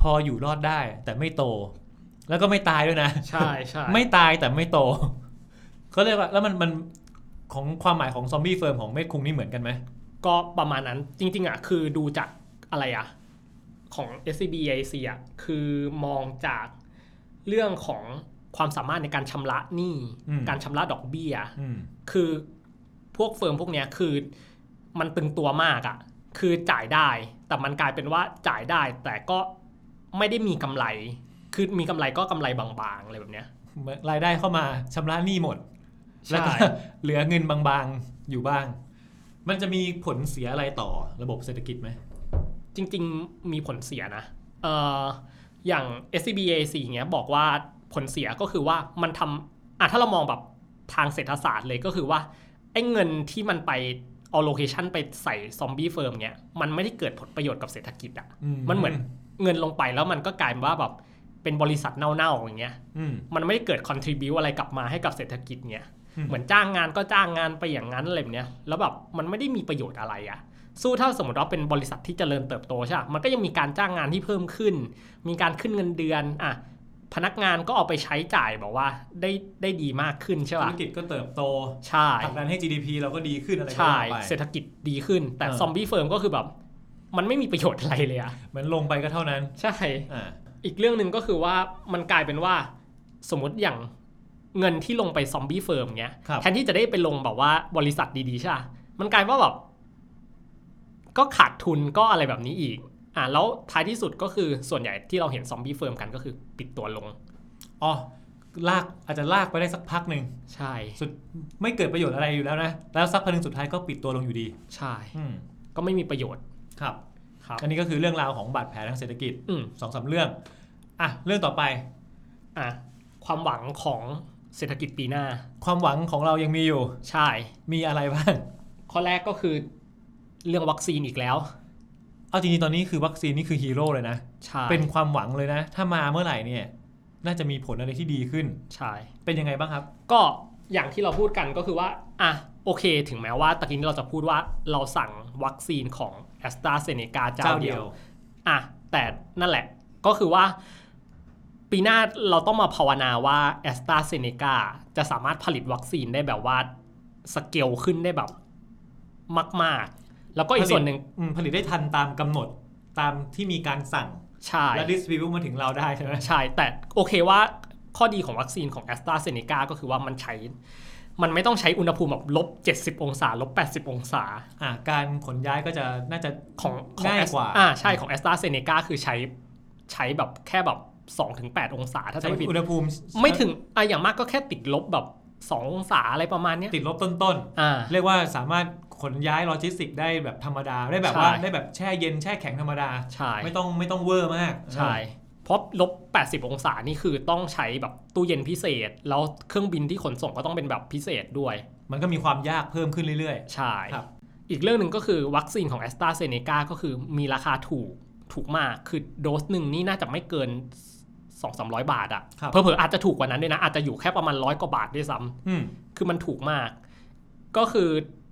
ออยู่รอดได้แต่ไม่โตแล้วก็ไม่ตายด้วยนะใช่ใช่ไม่ตายแต่ไม่โตเขาเรียกว่าแล้วมันของความหมายของซอมบี้เฟิร์มของเมธคุงนี่เหมือนกันไหมก็ประมาณนั้นจริงๆอ่ะคือดูจากอะไรอ่ะของ SCBAC อ่ะคือมองจากเรื่องของความสามารถในการชำระหนี้การชำระดอกเบี้ยคือพวกเฟิร์มพวกเนี้ยคือมันตึงตัวมากอ่ะคือจ่ายได้แต่มันกลายเป็นว่าจ่ายได้แต่ก็ไม่ได้มีกำไรคือมีกำไรก็กำไรบางๆอะไรแบบเนี้ยรายได้เข้ามาชำระหนี้หมดแล้วก็เหลือเงินบางๆอยู่บ้างมันจะมีผลเสียอะไรต่อระบบเศรษฐกิจไหมจริงๆมีผลเสียนะอย่าง SCBAC เงี้ยบอกว่าผลเสียก็คือว่ามันทำถ้าเรามองแบบทางเศรษฐศาสตร์เลยก็คือว่าไอ้เงินที่มันไปเอาโลเคชันไปใส่ซอมบี้เฟิร์มเงี้ยมันไม่ได้เกิดผลประโยชน์กับเศรษฐกิจอ่ะมันเหมือนเงินลงไปแล้วมันก็กลายเป็นว่าแบบเป็นบริษัทเน่าๆอย่างเงี้ยมันไม่ได้เกิด contribute อะไรกลับมาให้กับเศรษฐกิจเงี้ยเหมือนจ้างงานก็จ้างงานไปอย่างนั้นอะไรแบบเนี้ยแล้วแบบมันไม่ได้มีประโยชน์อะไรอ่ะสู้ถ้าสมมติว่าเป็นบริษัทที่เจริญเติบโตใช่ไหมมันก็ยังมีการจ้างงานที่เพิ่มขึ้นมีการขึ้นเงินเดือนพนักงานก็เอาไปใช้จ่ายบอกว่าได้ดีมากขึ้นใช่ป่ะธุรกิจก็เติบโตใช่ผลักดันให้ GDP เราก็ดีขึ้นอะไรก็ว่าไปเศรษฐกิจดีขึ้นแต่ซอมบี้เฟิร์มก็คือแบบมันไม่มีประโยชน์อะไรเลยอะเหมือนลงไปก็เท่านั้นใช่อีกเรื่องนึงก็คือว่ามันกลายเป็นว่าสมมติอย่างเงินที่ลงไปซอมบี้เฟิร์มเงี้ยแทนที่จะได้ไปลงแบบว่าบริษัทดีๆใช่ป่ะมันกลายว่าแบบก็ขาดทุนก็อะไรแบบนี้อีกแล้วท้ายที่สุดก็คือส่วนใหญ่ที่เราเห็นซอมบี้เฟิร์มกันก็คือปิดตัวลงอาจจะลากไปได้สักพักหนึ่งใช่สุดไม่เกิดประโยชน์อะไรอยู่แล้วนะแล้วสักพักนึงสุดท้ายก็ปิดตัวลงอยู่ดีใช่ก็ไม่มีประโยชน์ครับอันนี้ก็คือเรื่องราวของบาดแผลทางเศรษฐกิจ2-3 เรื่องเรื่องต่อไปความหวังของเศรษฐกิจปีหน้าความหวังของเรายังมีอยู่ใช่มีอะไรบ้างข้อแรกก็คือเรื่องวัคซีนอีกแล้วเอาจริงๆตอนนี้คือวัคซีนนี่คือฮีโร่เลยนะเป็นความหวังเลยนะถ้ามาเมื่อไหร่เนี่ยน่าจะมีผลอะไรที่ดีขึ้นใช่เป็นยังไงบ้างครับก็อย่างที่เราพูดกันก็คือว่าโอเคถึงแม้ว่าตะกี้เราจะพูดว่าเราสั่งวัคซีนของ AstraZeneca เจ้าเดียวแต่นั่นแหละก็คือว่าปีหน้าเราต้องมาภาวนาว่า AstraZeneca จะสามารถผลิตวัคซีนได้แบบว่าสเกลขึ้นได้แบบมากๆแล้วก็อีกส่วนหนึ่งผลิตได้ทันตามกำหนดตามที่มีการสั่งใช่และ distribute มาถึงเราได้ใช่ไหมใช่แต่โอเคว่าข้อดีของวัคซีนของ AstraZeneca ก็คือว่ามันไม่ต้องใช้อุณหภูมิแบบ-70 องศา-80 องศาการขนย้ายก็จะน่าจะของง่ายกว่าใช่ของ AstraZeneca คือใช้แบบแค่แบบ 2-8 องศาถ้าจะไม่ผิดอุณหภูมิไม่ถึงอย่างมากก็แค่ติดลบแบบ2 องศาอะไรประมาณนี้ติดลบต้นๆเรียกว่าสามารถขนย้ายโลจิสติกได้แบบธรรมดาได้แบบว่าได้แบบแช่เย็นแช่แข็งธรรมดาไม่ต้องเวอร์มากใช่เพราะ-80 องศานี่คือต้องใช้แบบตู้เย็นพิเศษแล้วเครื่องบินที่ขนส่งก็ต้องเป็นแบบพิเศษด้วยมันก็มีความยากเพิ่มขึ้นเรื่อยๆใช่อีกเรื่องนึงก็คือวัคซีนของ AstraZeneca ก็คือมีราคาถูกมากคือโดสนึงนี่น่าจะไม่เกิน200-300 บาทเผลอๆอาจจะถูกกว่านั้นด้วยนะอาจจะอยู่แค่ประมาณ100 กว่าบาทด้วยซ้ำคือมันถูกมากก็คือ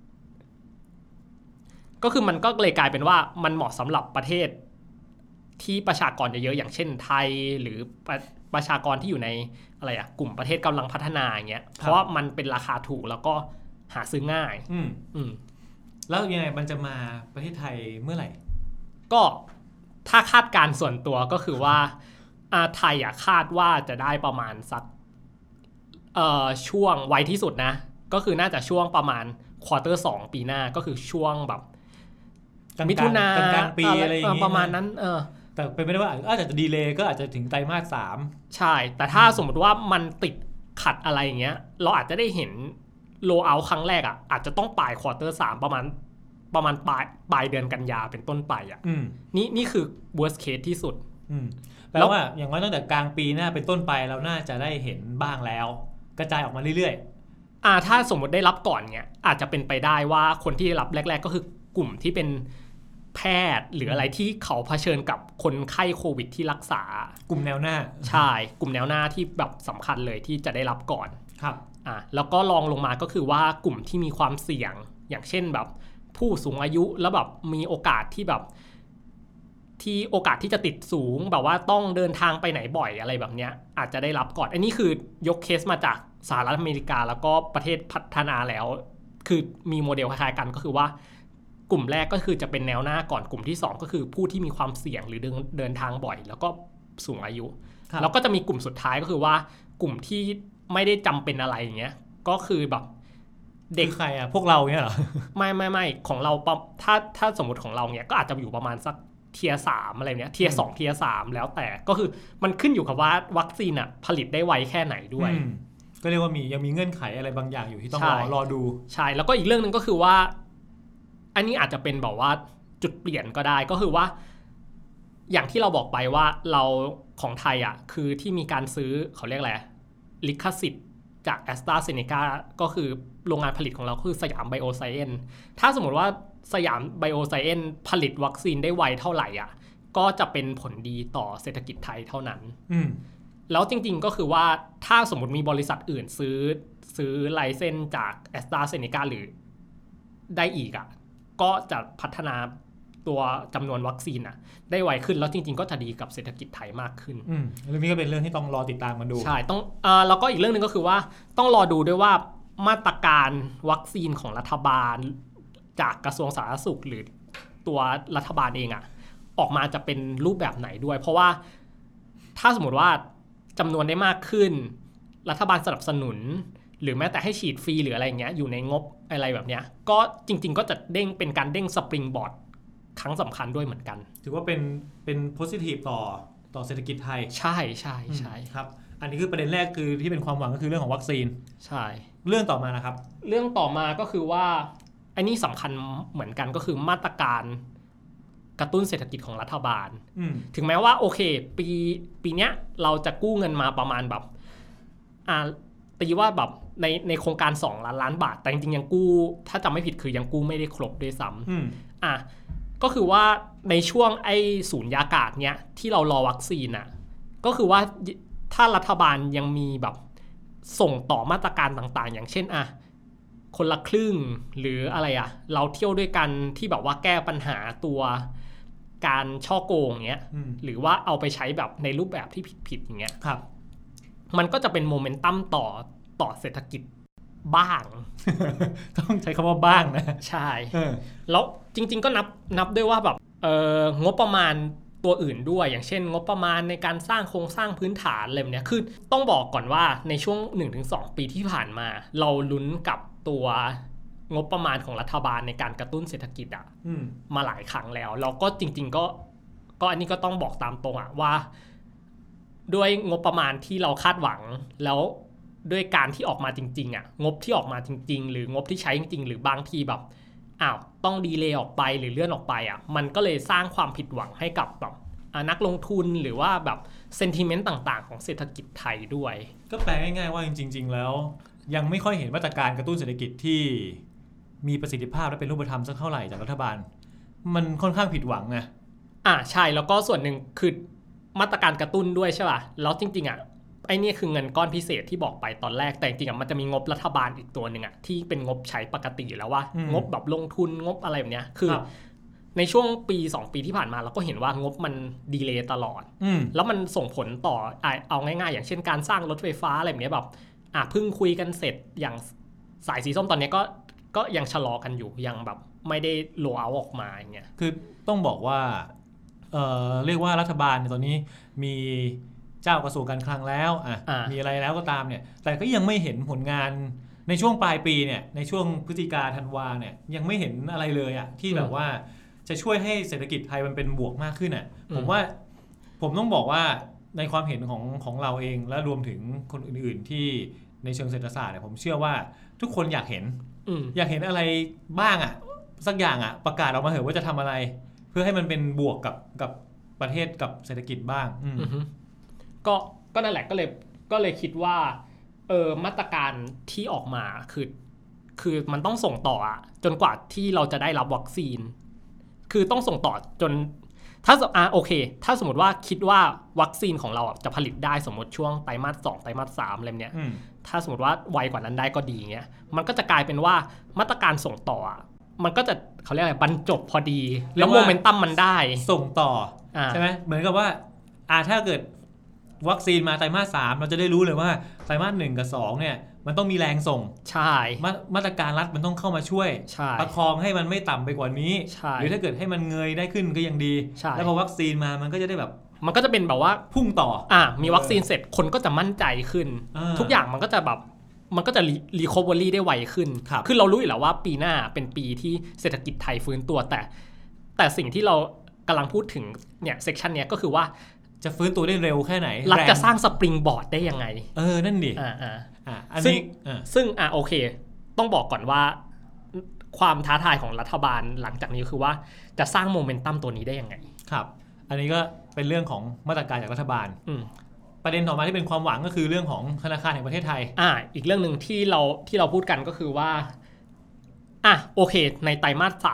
มันก็เลยกลายเป็นว่ามันเหมาะสำหรับประเทศที่ประชากรเยอะๆอย่างเช่นไทยหรือประชากรที่อยู่ในกลุ่มประเทศกำลังพัฒนาอย่างเงี้ยเพราะว่ามันเป็นราคาถูกแล้วก็หาซื้อง่ายแล้วยังไงมันจะมาประเทศไทยเมื่อไหร่ก็ถ้าคาดการส่วนตัวก็คือว่าไทยคาดว่าจะได้ประมาณสักช่วงไวที่สุดนะก็คือน่าจะช่วงประมาณควอเตอร์2ปีหน้าก็คือช่วงแบบมิถุนากลางปีอะไรอย่างงี้ประมาณนั้นแต่เป็นไม่ได้ว่าอาจจะดีเลย์ก็อาจจะถึงไตรมาส3 ใช่แต่ถ้าสมมติว่ามันติดขัดอะไรอย่างเงี้ยเราอาจจะได้เห็นโลเอาท์ครั้งแรกอาจจะต้องปลายควอเตอร์3ประมาณปลายเดือนกันยาเป็นต้นไปนี่คือ worst case ที่สุดแปลว่าอย่างน้อยตั้งแต่กลางปีหน้าเป็นต้นไปเราน่าจะได้เห็นบ้างแล้วกระจายออกมาเรื่อยๆถ้าสมมติได้รับก่อนเนี่ยอาจจะเป็นไปได้ว่าคนที่ได้รับแรกๆก็คือกลุ่มที่เป็นแพทย์หรืออะไรที่เขาเผชิญกับคนไข้โควิดที่รักษากลุ่มแนวหน้าใช่กลุ่มแนวหน้าที่แบบสำคัญเลยที่จะได้รับก่อนครับแล้วก็รองลงมาก็คือว่ากลุ่มที่มีความเสี่ยงอย่างเช่นแบบผู้สูงอายุแล้วแบบมีโอกาสที่แบบที่โอกาสที่จะติดสูงแบบว่าต้องเดินทางไปไหนบ่อยอะไรแบบเนี้ยอาจจะได้รับก่อนอันนี้คือยกเคสมาจากสหรัฐอเมริกาแล้วก็ประเทศพัฒนาแล้วคือมีโมเดลคล้ายๆกันก็คือว่ากลุ่มแรกก็คือจะเป็นแนวหน้าก่อนกลุ่มที่2ก็คือผู้ที่มีความเสี่ยงหรือเดินทางบ่อยแล้วก็สูงอายุแล้วก็จะมีกลุ่มสุดท้ายก็คือว่ากลุ่มที่ไม่ได้จำเป็นอะไรอย่างเงี้ยก็คือแบบเด็กใครพวกเราเนี่ยเหรอไม่ของเราถ้าสมมติของเราเนี่ยก็อาจจะอยู่ประมาณสักเทียร์3อะไรเนี้ยเทียร์2เทียร์3แล้วแต่ก็คือมันขึ้นอยู่กับว่าวัคซีนอ่ะผลิตได้ไวแค่ไหนด้วยก็เรียกว่ายังมีเงื่อนไขอะไรบางอย่างอยู่ที่ต้องรอดูใช่แล้วก็อีกเรื่องนึงก็คือว่าอันนี้อาจจะเป็นแบบว่าจุดเปลี่ยนก็ได้ก็คือว่าอย่างที่เราบอกไปว่าเราของไทยอ่ะคือที่มีการซื้อเขาเรียกอะไรลิขสิทธิ์จาก AstraZeneca ก็คือโรงงานผลิตของเราคือสยามไบโอไซเอนซ์ถ้าสมมติว่าสยามไบโอไซเอนซ์ผลิตวัคซีนได้ไวเท่าไหร่อ่ะก็จะเป็นผลดีต่อเศรษฐกิจไทยเท่านั้นแล้วจริงๆก็คือว่าถ้าสมมติมีบริษัทอื่นซื้อไลเซนส์จาก AstraZeneca หรือได้อีกอ่ะก็จะพัฒนาตัวจำนวนวัคซีนอ่ะได้ไวขึ้นแล้วจริงๆก็จะดีกับเศรษฐกิจไทยมากขึ้นเรื่องนี้ก็เป็นเรื่องที่ต้องรอติดตามกันดูใช่ต้องแล้วก็อีกเรื่องนึงก็คือว่าต้องรอดูด้วยว่ามาตรการวัคซีนของรัฐบาลจากกระทรวงสาธารณสุขหรือตัวรัฐบาลเองอ่ะออกมาจะเป็นรูปแบบไหนด้วยเพราะว่าถ้าสมมติว่าจำนวนได้มากขึ้นรัฐบาลสนับสนุนหรือแม้แต่ให้ฉีดฟรีหรืออะไรเงี้ยอยู่ในงบอะไรแบบเนี้ยก็จริงๆก็จะเป็นการเด้งสปริงบอร์ดครั้งสำคัญด้วยเหมือนกันถือว่าเป็นโพสิทีฟต่อเศรษฐกิจไทยใช่ครับอันนี้คือประเด็นแรกคือที่เป็นความหวังก็คือเรื่องของวัคซีนใช่เรื่องต่อมานะครับเรื่องต่อมาก็คือว่าอันนี้สำคัญเหมือนกันก็คือมาตรการกระตุ้นเศรษฐกิจของรัฐบาลถึงแม้ว่าโอเคปีเนี้ยเราจะกู้เงินมาประมาณแบบตีว่าแบบในโครงการ2 ล้านบาทแต่จริงๆยังกู้ถ้าจำไม่ผิดคือยังกู้ไม่ได้ครบด้วยซ้ำก็คือว่าในช่วงไอ้ศูนย์ยากาศเนี้ยที่เรารอวัคซีนอ่ะก็คือว่าถ้ารัฐบาลยังมีแบบส่งต่อมาตรการต่างๆอย่างเช่นคนละครึ่งหรืออะไรเราเที่ยวด้วยกันที่แบบว่าแก้ปัญหาตัวการช่อโกงเงี้ยหรือว่าเอาไปใช้แบบในรูปแบบที่ผิดๆอย่างเงี้ยครับมันก็จะเป็นโมเมนตัมต่อเศรษฐกิจบ้างต้องใช้คำว่าบ้างนะใช่แล้วจริงๆก็นับด้วยว่าแบบงบประมาณตัวอื่นด้วยอย่างเช่นงบประมาณในการสร้างโครงสร้างพื้นฐานอะไรแบบนี้คือต้องบอกก่อนว่าในช่วง 1-2 ปีที่ผ่านมาเราลุ้นกับตัวงบประมาณของรัฐบาลในการกระตุ้นเศรษฐกิจมาหลายครั้งแล้วแล้วก็จริงๆก็อันนี้ก็ต้องบอกตามตรงว่าด้วยงบประมาณที่เราคาดหวังแล้วด้วยการที่ออกมาจริงๆงบที่ออกมาจริงๆหรืองบที่ใช้จริงๆหรือบางทีแบบต้องดีเลย์ออกไปหรือเลื่อนออกไปมันก็เลยสร้างความผิดหวังให้กับแบบนักลงทุนหรือว่าแบบเซนติเมนต์ต่างๆของเศรษฐกิจไทยด้วยก็แปลง่ายๆว่าจริงๆแล้วยังไม่ค่อยเห็นมาตรการกระตุ้นเศรษฐกิจที่มีประสิทธิภาพและเป็นรูปธรรมสักเท่าไหร่จากรัฐบาลมันค่อนข้างผิดหวังไงใช่แล้วก็ส่วนหนึ่งคือมาตรการกระตุ้นด้วยใช่ป่ะแล้วจริงๆไอ้นี่คือเงินก้อนพิเศษที่บอกไปตอนแรกแต่จริงๆมันจะมีงบรัฐบาลอีกตัวนึงที่เป็นงบใช้ปกติอยู่แล้วว่างบแบบลงทุนงบอะไรแบบเนี้ยคือในช่วงปี2ปีที่ผ่านมาเราก็เห็นว่างบมันดีเลย์ตลอดแล้วมันส่งผลต่อเอาง่ายๆอย่างเช่นการสร้างรถไฟฟ้าอะไรแบบนี้แบบเพิ่งคุยกันเสร็จอย่างสายสีส้มตอนนี้ก็ยังชะลอกันอยู่ยังแบบไม่ได้โลเอาออกมาอย่างเงี้ยคือต้องบอกว่าเรียกว่ารัฐบาลตอนนี้มีเจ้ากระทรวงการคลังแล้วมีอะไรแล้วก็ตามเนี่ยแต่ก็ยังไม่เห็นผลงานในช่วงปลายปีเนี่ยในช่วงพฤศจิกาธันวาเนี่ยยังไม่เห็นอะไรเลยที่แบบว่าจะช่วยให้เศรษฐกิจไทยมันเป็นบวกมากขึ้นผมต้องบอกว่าในความเห็นของเราเองและรวมถึงคนอื่นๆที่ในเชิงเศรษฐศาสตร์เนี่ยผมเชื่อว่าทุกคนอยากเห็นอะไรบ้างสักอย่างประกาศออกมาเถอะว่าจะทำอะไรเพื่อให้มันเป็นบวกกับประเทศกับเศรษฐกิจบ้างก็นั่นแหละก็เลยคิดว่ามาตรการที่ออกมาคือมันต้องส่งต่อจนกว่าที่เราจะได้รับวัคซีนคือต้องส่งต่อจนถ้าโอเคถ้าสมมติว่าคิดว่าวัคซีนของเราจะผลิตได้สมมติช่วงไตรมาส 2ไตรมาส 3อะไรเนี้ยถ้าสมมติว่าไวกว่านั้นได้ก็ดีเงี้ยมันก็จะกลายเป็นว่ามาตรการส่งต่อมันก็จะเขาเรียกอะไรบรรจบพอดีแล้วโมเมนตัมมันได้ส่งต่อใช่ไหมเหมือนกับว่าถ้าเกิดวัคซีนมาไตรมาส 3เราจะได้รู้เลยว่าไตรมาส 1 กับ 2เนี่ยมันต้องมีแรงส่งใช่มาตรการรัฐมันต้องเข้ามาช่วยประคองให้มันไม่ต่ำไปกว่านี้หรือถ้าเกิดให้มันเงยได้ขึ้นก็ยังดีแล้วพอวัคซีนมามันก็จะได้แบบมันก็จะเป็นแบบว่าพุ่งต่อมีวัคซีนเสร็จคนก็จะมั่นใจขึ้นทุกอย่างมันก็จะแบบมันก็จะรีคอเวอรี่ได้ไวขึ้นคือเรารู้อยู่แล้วว่าปีหน้าเป็นปีที่เศรษฐกิจไทยฟื้นตัวแต่สิ่งที่เรากำลังพูดถึงเนี่ยเซกชันเนี้ยก็คือว่าจะฟื้นตัวได้เร็วแค่ไหนรัฐจะสร้างสปริงบอร์ดได้ยังไงนั่นดิอันนี้ซึ่งโอเคต้องบอกก่อนว่าความท้าทายของรัฐบาลหลังจากนี้คือว่าจะสร้างโมเมนตัมตัวนี้ได้ยังไงครับอันนี้ก็เป็นเรื่องของมาตรการจากรัฐบาลประเด็นต่อมาที่เป็นความหวังก็คือเรื่องของธนาคารแห่งประเทศไทยอีกเรื่องนึงที่เราพูดกันก็คือว่าโอเคในไตรมาส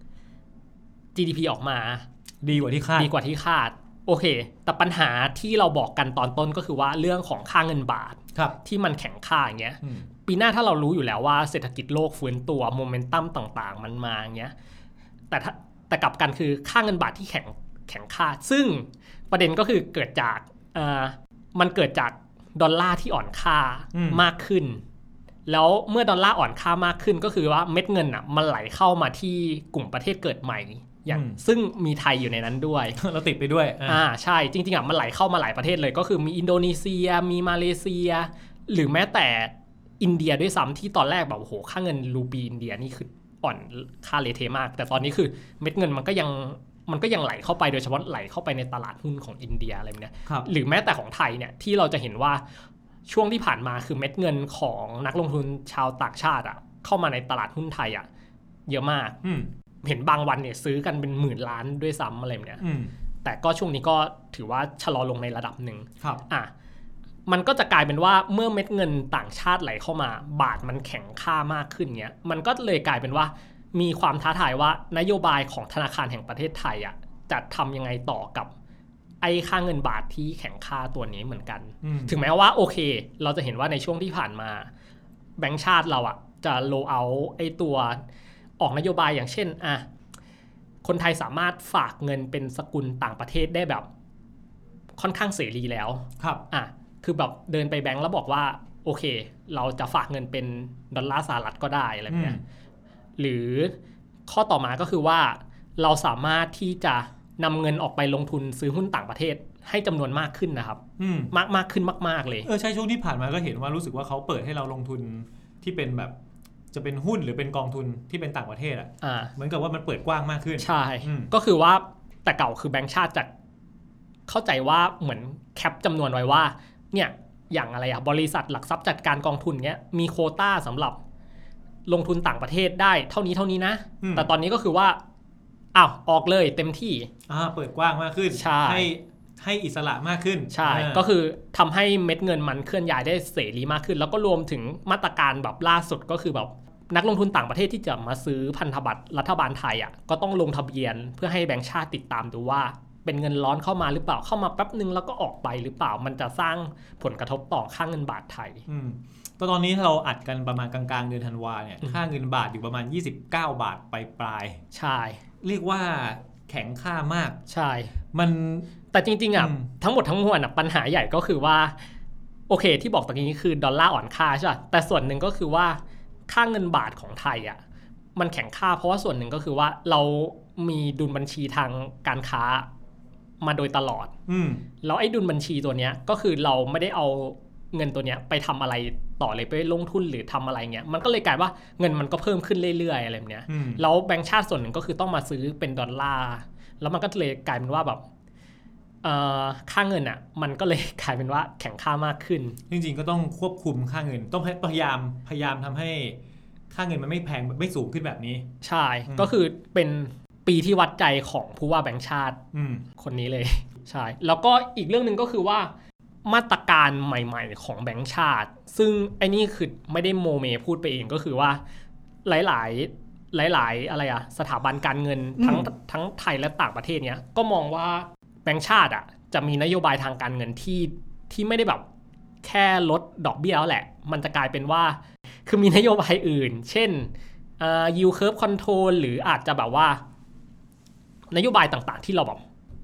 3 GDP ออกมาดีกว่าที่คาดโอเคแต่ปัญหาที่เราบอกกันตอนต้นก็คือว่าเรื่องของค่าเงินบาทที่มันแข็งค่าอย่างเงี้ยปีหน้าถ้าเรารู้อยู่แล้วว่าเศรษฐกิจโลกฟื้นตัวโมเมนตัมต่างๆมันมาอย่างเงี้ยแต่กลับกันคือค่าเงินบาทที่แข็งค่าซึ่งประเด็นก็คือเกิดจากมันเกิดจากดอลลาร์ที่อ่อนค่ามากขึ้นแล้วเมื่อดอลลาร์อ่อนค่ามากขึ้นก็คือว่าเม็ดเงินมันไหลเข้ามาที่กลุ่มประเทศเกิดใหม่อย่างซึ่งมีไทยอยู่ในนั้นด้วยเราติดไปด้วยใช่จริงๆมันไหลเข้ามาหลายประเทศเลยก็คือมีอินโดนีเซียมีมาเลเซียหรือแม้แต่อินเดียด้วยซ้ำที่ตอนแรกแบบโอ้โหค่าเงินรูปีอินเดียนี่คืออ่อนค่าเลเทมากแต่ตอนนี้คือเม็ดเงินมันก็ยังไหลเข้าไปโดยเฉพาะไหลเข้าไปในตลาดหุ้นของอินเดียอะไรแบบนี้หรือแม้แต่ของไทยเนี่ยที่เราจะเห็นว่าช่วงที่ผ่านมาคือเม็ดเงินของนักลงทุนชาวต่างชาติเข้ามาในตลาดหุ้นไทยเยอะมากเห็นบางวันเนี่ยซื้อกันเป็นหมื่นล้านด้วยซ้ำอะไรแบบนี้แต่ก็ช่วงนี้ก็ถือว่าชะลอลงในระดับหนึ่งมันก็จะกลายเป็นว่าเมื่อเม็ดเงินต่างชาติไหลเข้ามาบาทมันแข็งค่ามากขึ้นเงี้ยมันก็เลยกลายเป็นว่ามีความท้าทายว่านโยบายของธนาคารแห่งประเทศไทยจะทำยังไงต่อกับไอ้ค่าเงินบาทที่แข็งค่าตัวนี้เหมือนกันถึงแม้ว่าโอเคเราจะเห็นว่าในช่วงที่ผ่านมาแบงก์ชาติเราจะโลเอาไอ้ตัวออกนโยบายอย่างเช่นคนไทยสามารถฝากเงินเป็นสกุลต่างประเทศได้แบบค่อนข้างเสรีแล้วครับคือแบบเดินไปแบงก์แล้วบอกว่าโอเคเราจะฝากเงินเป็นดอลลาร์สหรัฐก็ได้อะไรแบบนี้หรือข้อต่อมาก็คือว่าเราสามารถที่จะนำเงินออกไปลงทุนซื้อหุ้นต่างประเทศให้จำนวนมากขึ้นนะครับมากขึ้นมากๆเลยใช่ช่วงที่ผ่านมาก็เห็นว่ารู้สึกว่าเขาเปิดให้เราลงทุนที่เป็นแบบจะเป็นหุ้นหรือเป็นกองทุนที่เป็นต่างประเทศเหมือนกับว่ามันเปิดกว้างมากขึ้นใช่ก็คือว่าแต่เก่าคือแบงก์ชาติจะเข้าใจว่าเหมือนแคปจำนวนไว้ว่าเนี่ยอย่างอะไรบริษัทหลักทรัพย์จัดการกองทุนเงี้ยมีโควต้าสำหรับลงทุนต่างประเทศได้เท่านี้นะแต่ตอนนี้ก็คือว่าออกเลยเต็มที่เปิดกว้างมากขึ้นให้อิสระมากขึ้นใช่ก็คือทำให้เม็ดเงินมันเคลื่อนย้ายได้เสรีมากขึ้นแล้วก็รวมถึงมาตรการแบบล่าสุดก็คือแบบนักลงทุนต่างประเทศที่จะมาซื้อพันธบัตรรัฐบาลไทยก็ต้องลงทะเบียนเพื่อให้แบงก์ชาติติดตามดูว่าเป็นเงินร้อนเข้ามาหรือเปล่าเข้ามาแป๊บนึงแล้วก็ออกไปหรือเปล่ามันจะสร้างผลกระทบต่อค่าเงินบาทไทยตอนนี้เราอัดกันประมาณกลางๆเดือนธันวาเนี่ยค่าเงินบาทอยู่ประมาณ29 บาทปลายใช่เรียกว่าแข็งค่ามากใช่มันแต่จริงๆทั้งหมดทั้งมวลปัญหาใหญ่ก็คือว่าโอเคที่บอกตะกี้คือดอลลาร์อ่อนค่าใช่ป่ะแต่ส่วนหนึ่งก็คือว่าค่าเงินบาทของไทยมันแข็งค่าเพราะว่าส่วนหนึ่งก็คือว่าเรามีดุลบัญชีทางการค้ามาโดยตลอดแล้วไอ้ดุลบัญชีตัวเนี้ยก็คือเราไม่ได้เอาเงินตัวเนี้ยไปทำอะไรต่อเลยไปลงทุนหรือทำอะไรเงี้ยมันก็เลยกลายว่าเงินมันก็เพิ่มขึ้นเรื่อยๆอะไรแบบเนี้ยแล้วแบงก์ชาติส่วนหนึ่งก็คือต้องมาซื้อเป็นดอลลาร์แล้วมันก็เลยกลายเป็นว่าแบบค่าเงินมันก็เลยกลายเป็นว่าแข็งค่ามากขึ้นจริงๆก็ต้องควบคุมค่าเงินต้องพยายามทำให้ค่าเงินมันไม่แพงไม่สูงขึ้นแบบนี้ใช่ก็คือเป็นปีที่วัดใจของผู้ว่าแบงก์ชาติคนนี้เลยใช่แล้วก็อีกเรื่องนึงก็คือว่ามาตรการใหม่ๆของแบงก์ชาติซึ่งไอ้นี่คือไม่ได้โมเมพูดไปเองก็คือว่าหลายอะไรสถาบันการเงินทั้งไทยและต่างประเทศเนี้ยก็มองว่าแบงก์ชาติจะมีนโยบายทางการเงินที่ไม่ได้แบบแค่ลดดอกเบี้ยแล้วแหละมันจะกลายเป็นว่าคือมีนโยบายอื่นเช่นyield curve control หรืออาจจะแบบว่านโยบายต่างๆที่เราแบบ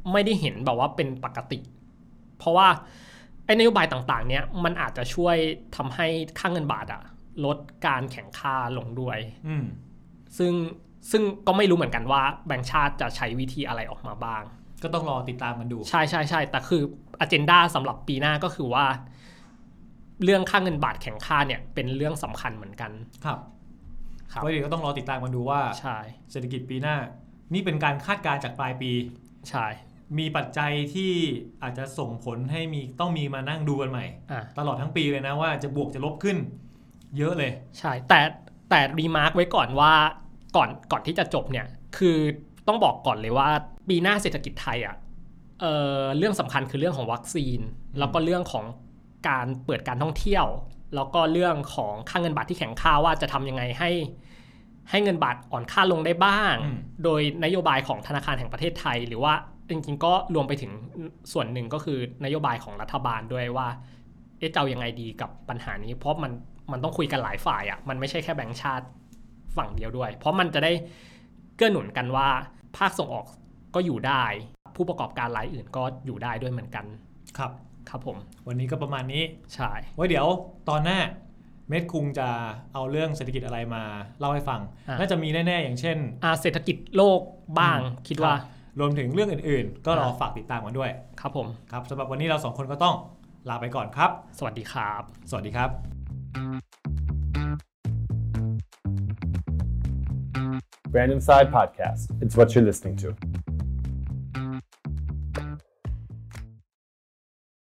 ไม่ได้เห็นแบบว่าเป็นปกติเพราะว่าไอ้นโยบายต่างๆเนี้ยมันอาจจะช่วยทำให้ค่าเงินบาทลดการแข่งข้าลงด้วยซึ่งก็ไม่รู้เหมือนกันว่าแบงก์ชาติจะใช้วิธีอะไรออกมาบ้างก็ต้องรอติดตามกันดูใช่แต่คืออเจนดาสำหรับปีหน้าก็คือว่าเรื่องค่าเงินบาทแข่งข้าเนี่ยเป็นเรื่องสำคัญเหมือนกันครับไว้เดี๋ยวก็ต้องรอติดตามกันดูว่าเศรษฐกิจปีหน้านี่เป็นการคาดการณ์จากปลายปีใช่มีปัจจัยที่อาจจะส่งผลให้ต้องมีมานั่งดูกันใหม่ตลอดทั้งปีเลยนะว่าจะบวกจะลบขึ้นเยอะเลยใช่แต่รีมาร์คไว้ก่อนว่าก่อนที่จะจบเนี่ยคือต้องบอกก่อนเลยว่าปีหน้าเศรษฐกิจไทยเรื่องสำคัญคือเรื่องของวัคซีนแล้วก็เรื่องของการเปิดการท่องเที่ยวแล้วก็เรื่องของค่าเงินบาทที่แข็งค่าว่าจะทำยังไงให้เงินบาทอ่อนค่าลงได้บ้างโดยนโยบายของธนาคารแห่งประเทศไทยหรือว่าจริงๆก็รวมไปถึงส่วนหนึ่งก็คือนโยบายของรัฐบาลด้วยว่าจะเอายังไงดีกับปัญหานี้เพราะมันต้องคุยกันหลายฝ่ายมันไม่ใช่แค่แบงก์ชาติฝั่งเดียวด้วยเพราะมันจะได้เกื้อหนุนกันว่าภาคส่งออกก็อยู่ได้ผู้ประกอบการรายอื่นก็อยู่ได้ด้วยเหมือนกันครับผมวันนี้ก็ประมาณนี้ใช่ไว้เดี๋ยวตอนหน้าเม็ดคุงจะเอาเรื่องเศรษฐกิจอะไรมาเล่าให้ฟังน่าจะมีแน่ๆอย่างเช่นเศรษฐกิจโลกบ้างคิดว่ารวมถึงเรื่องอื่นๆก็รอฝากติดตามกันด้วยครับผมครับสำหรับวันนี้เรา2คนก็ต้องลาไปก่อนครับสวัสดีครับสวัสดีครับ Random Side Podcast. It's what you're listening to.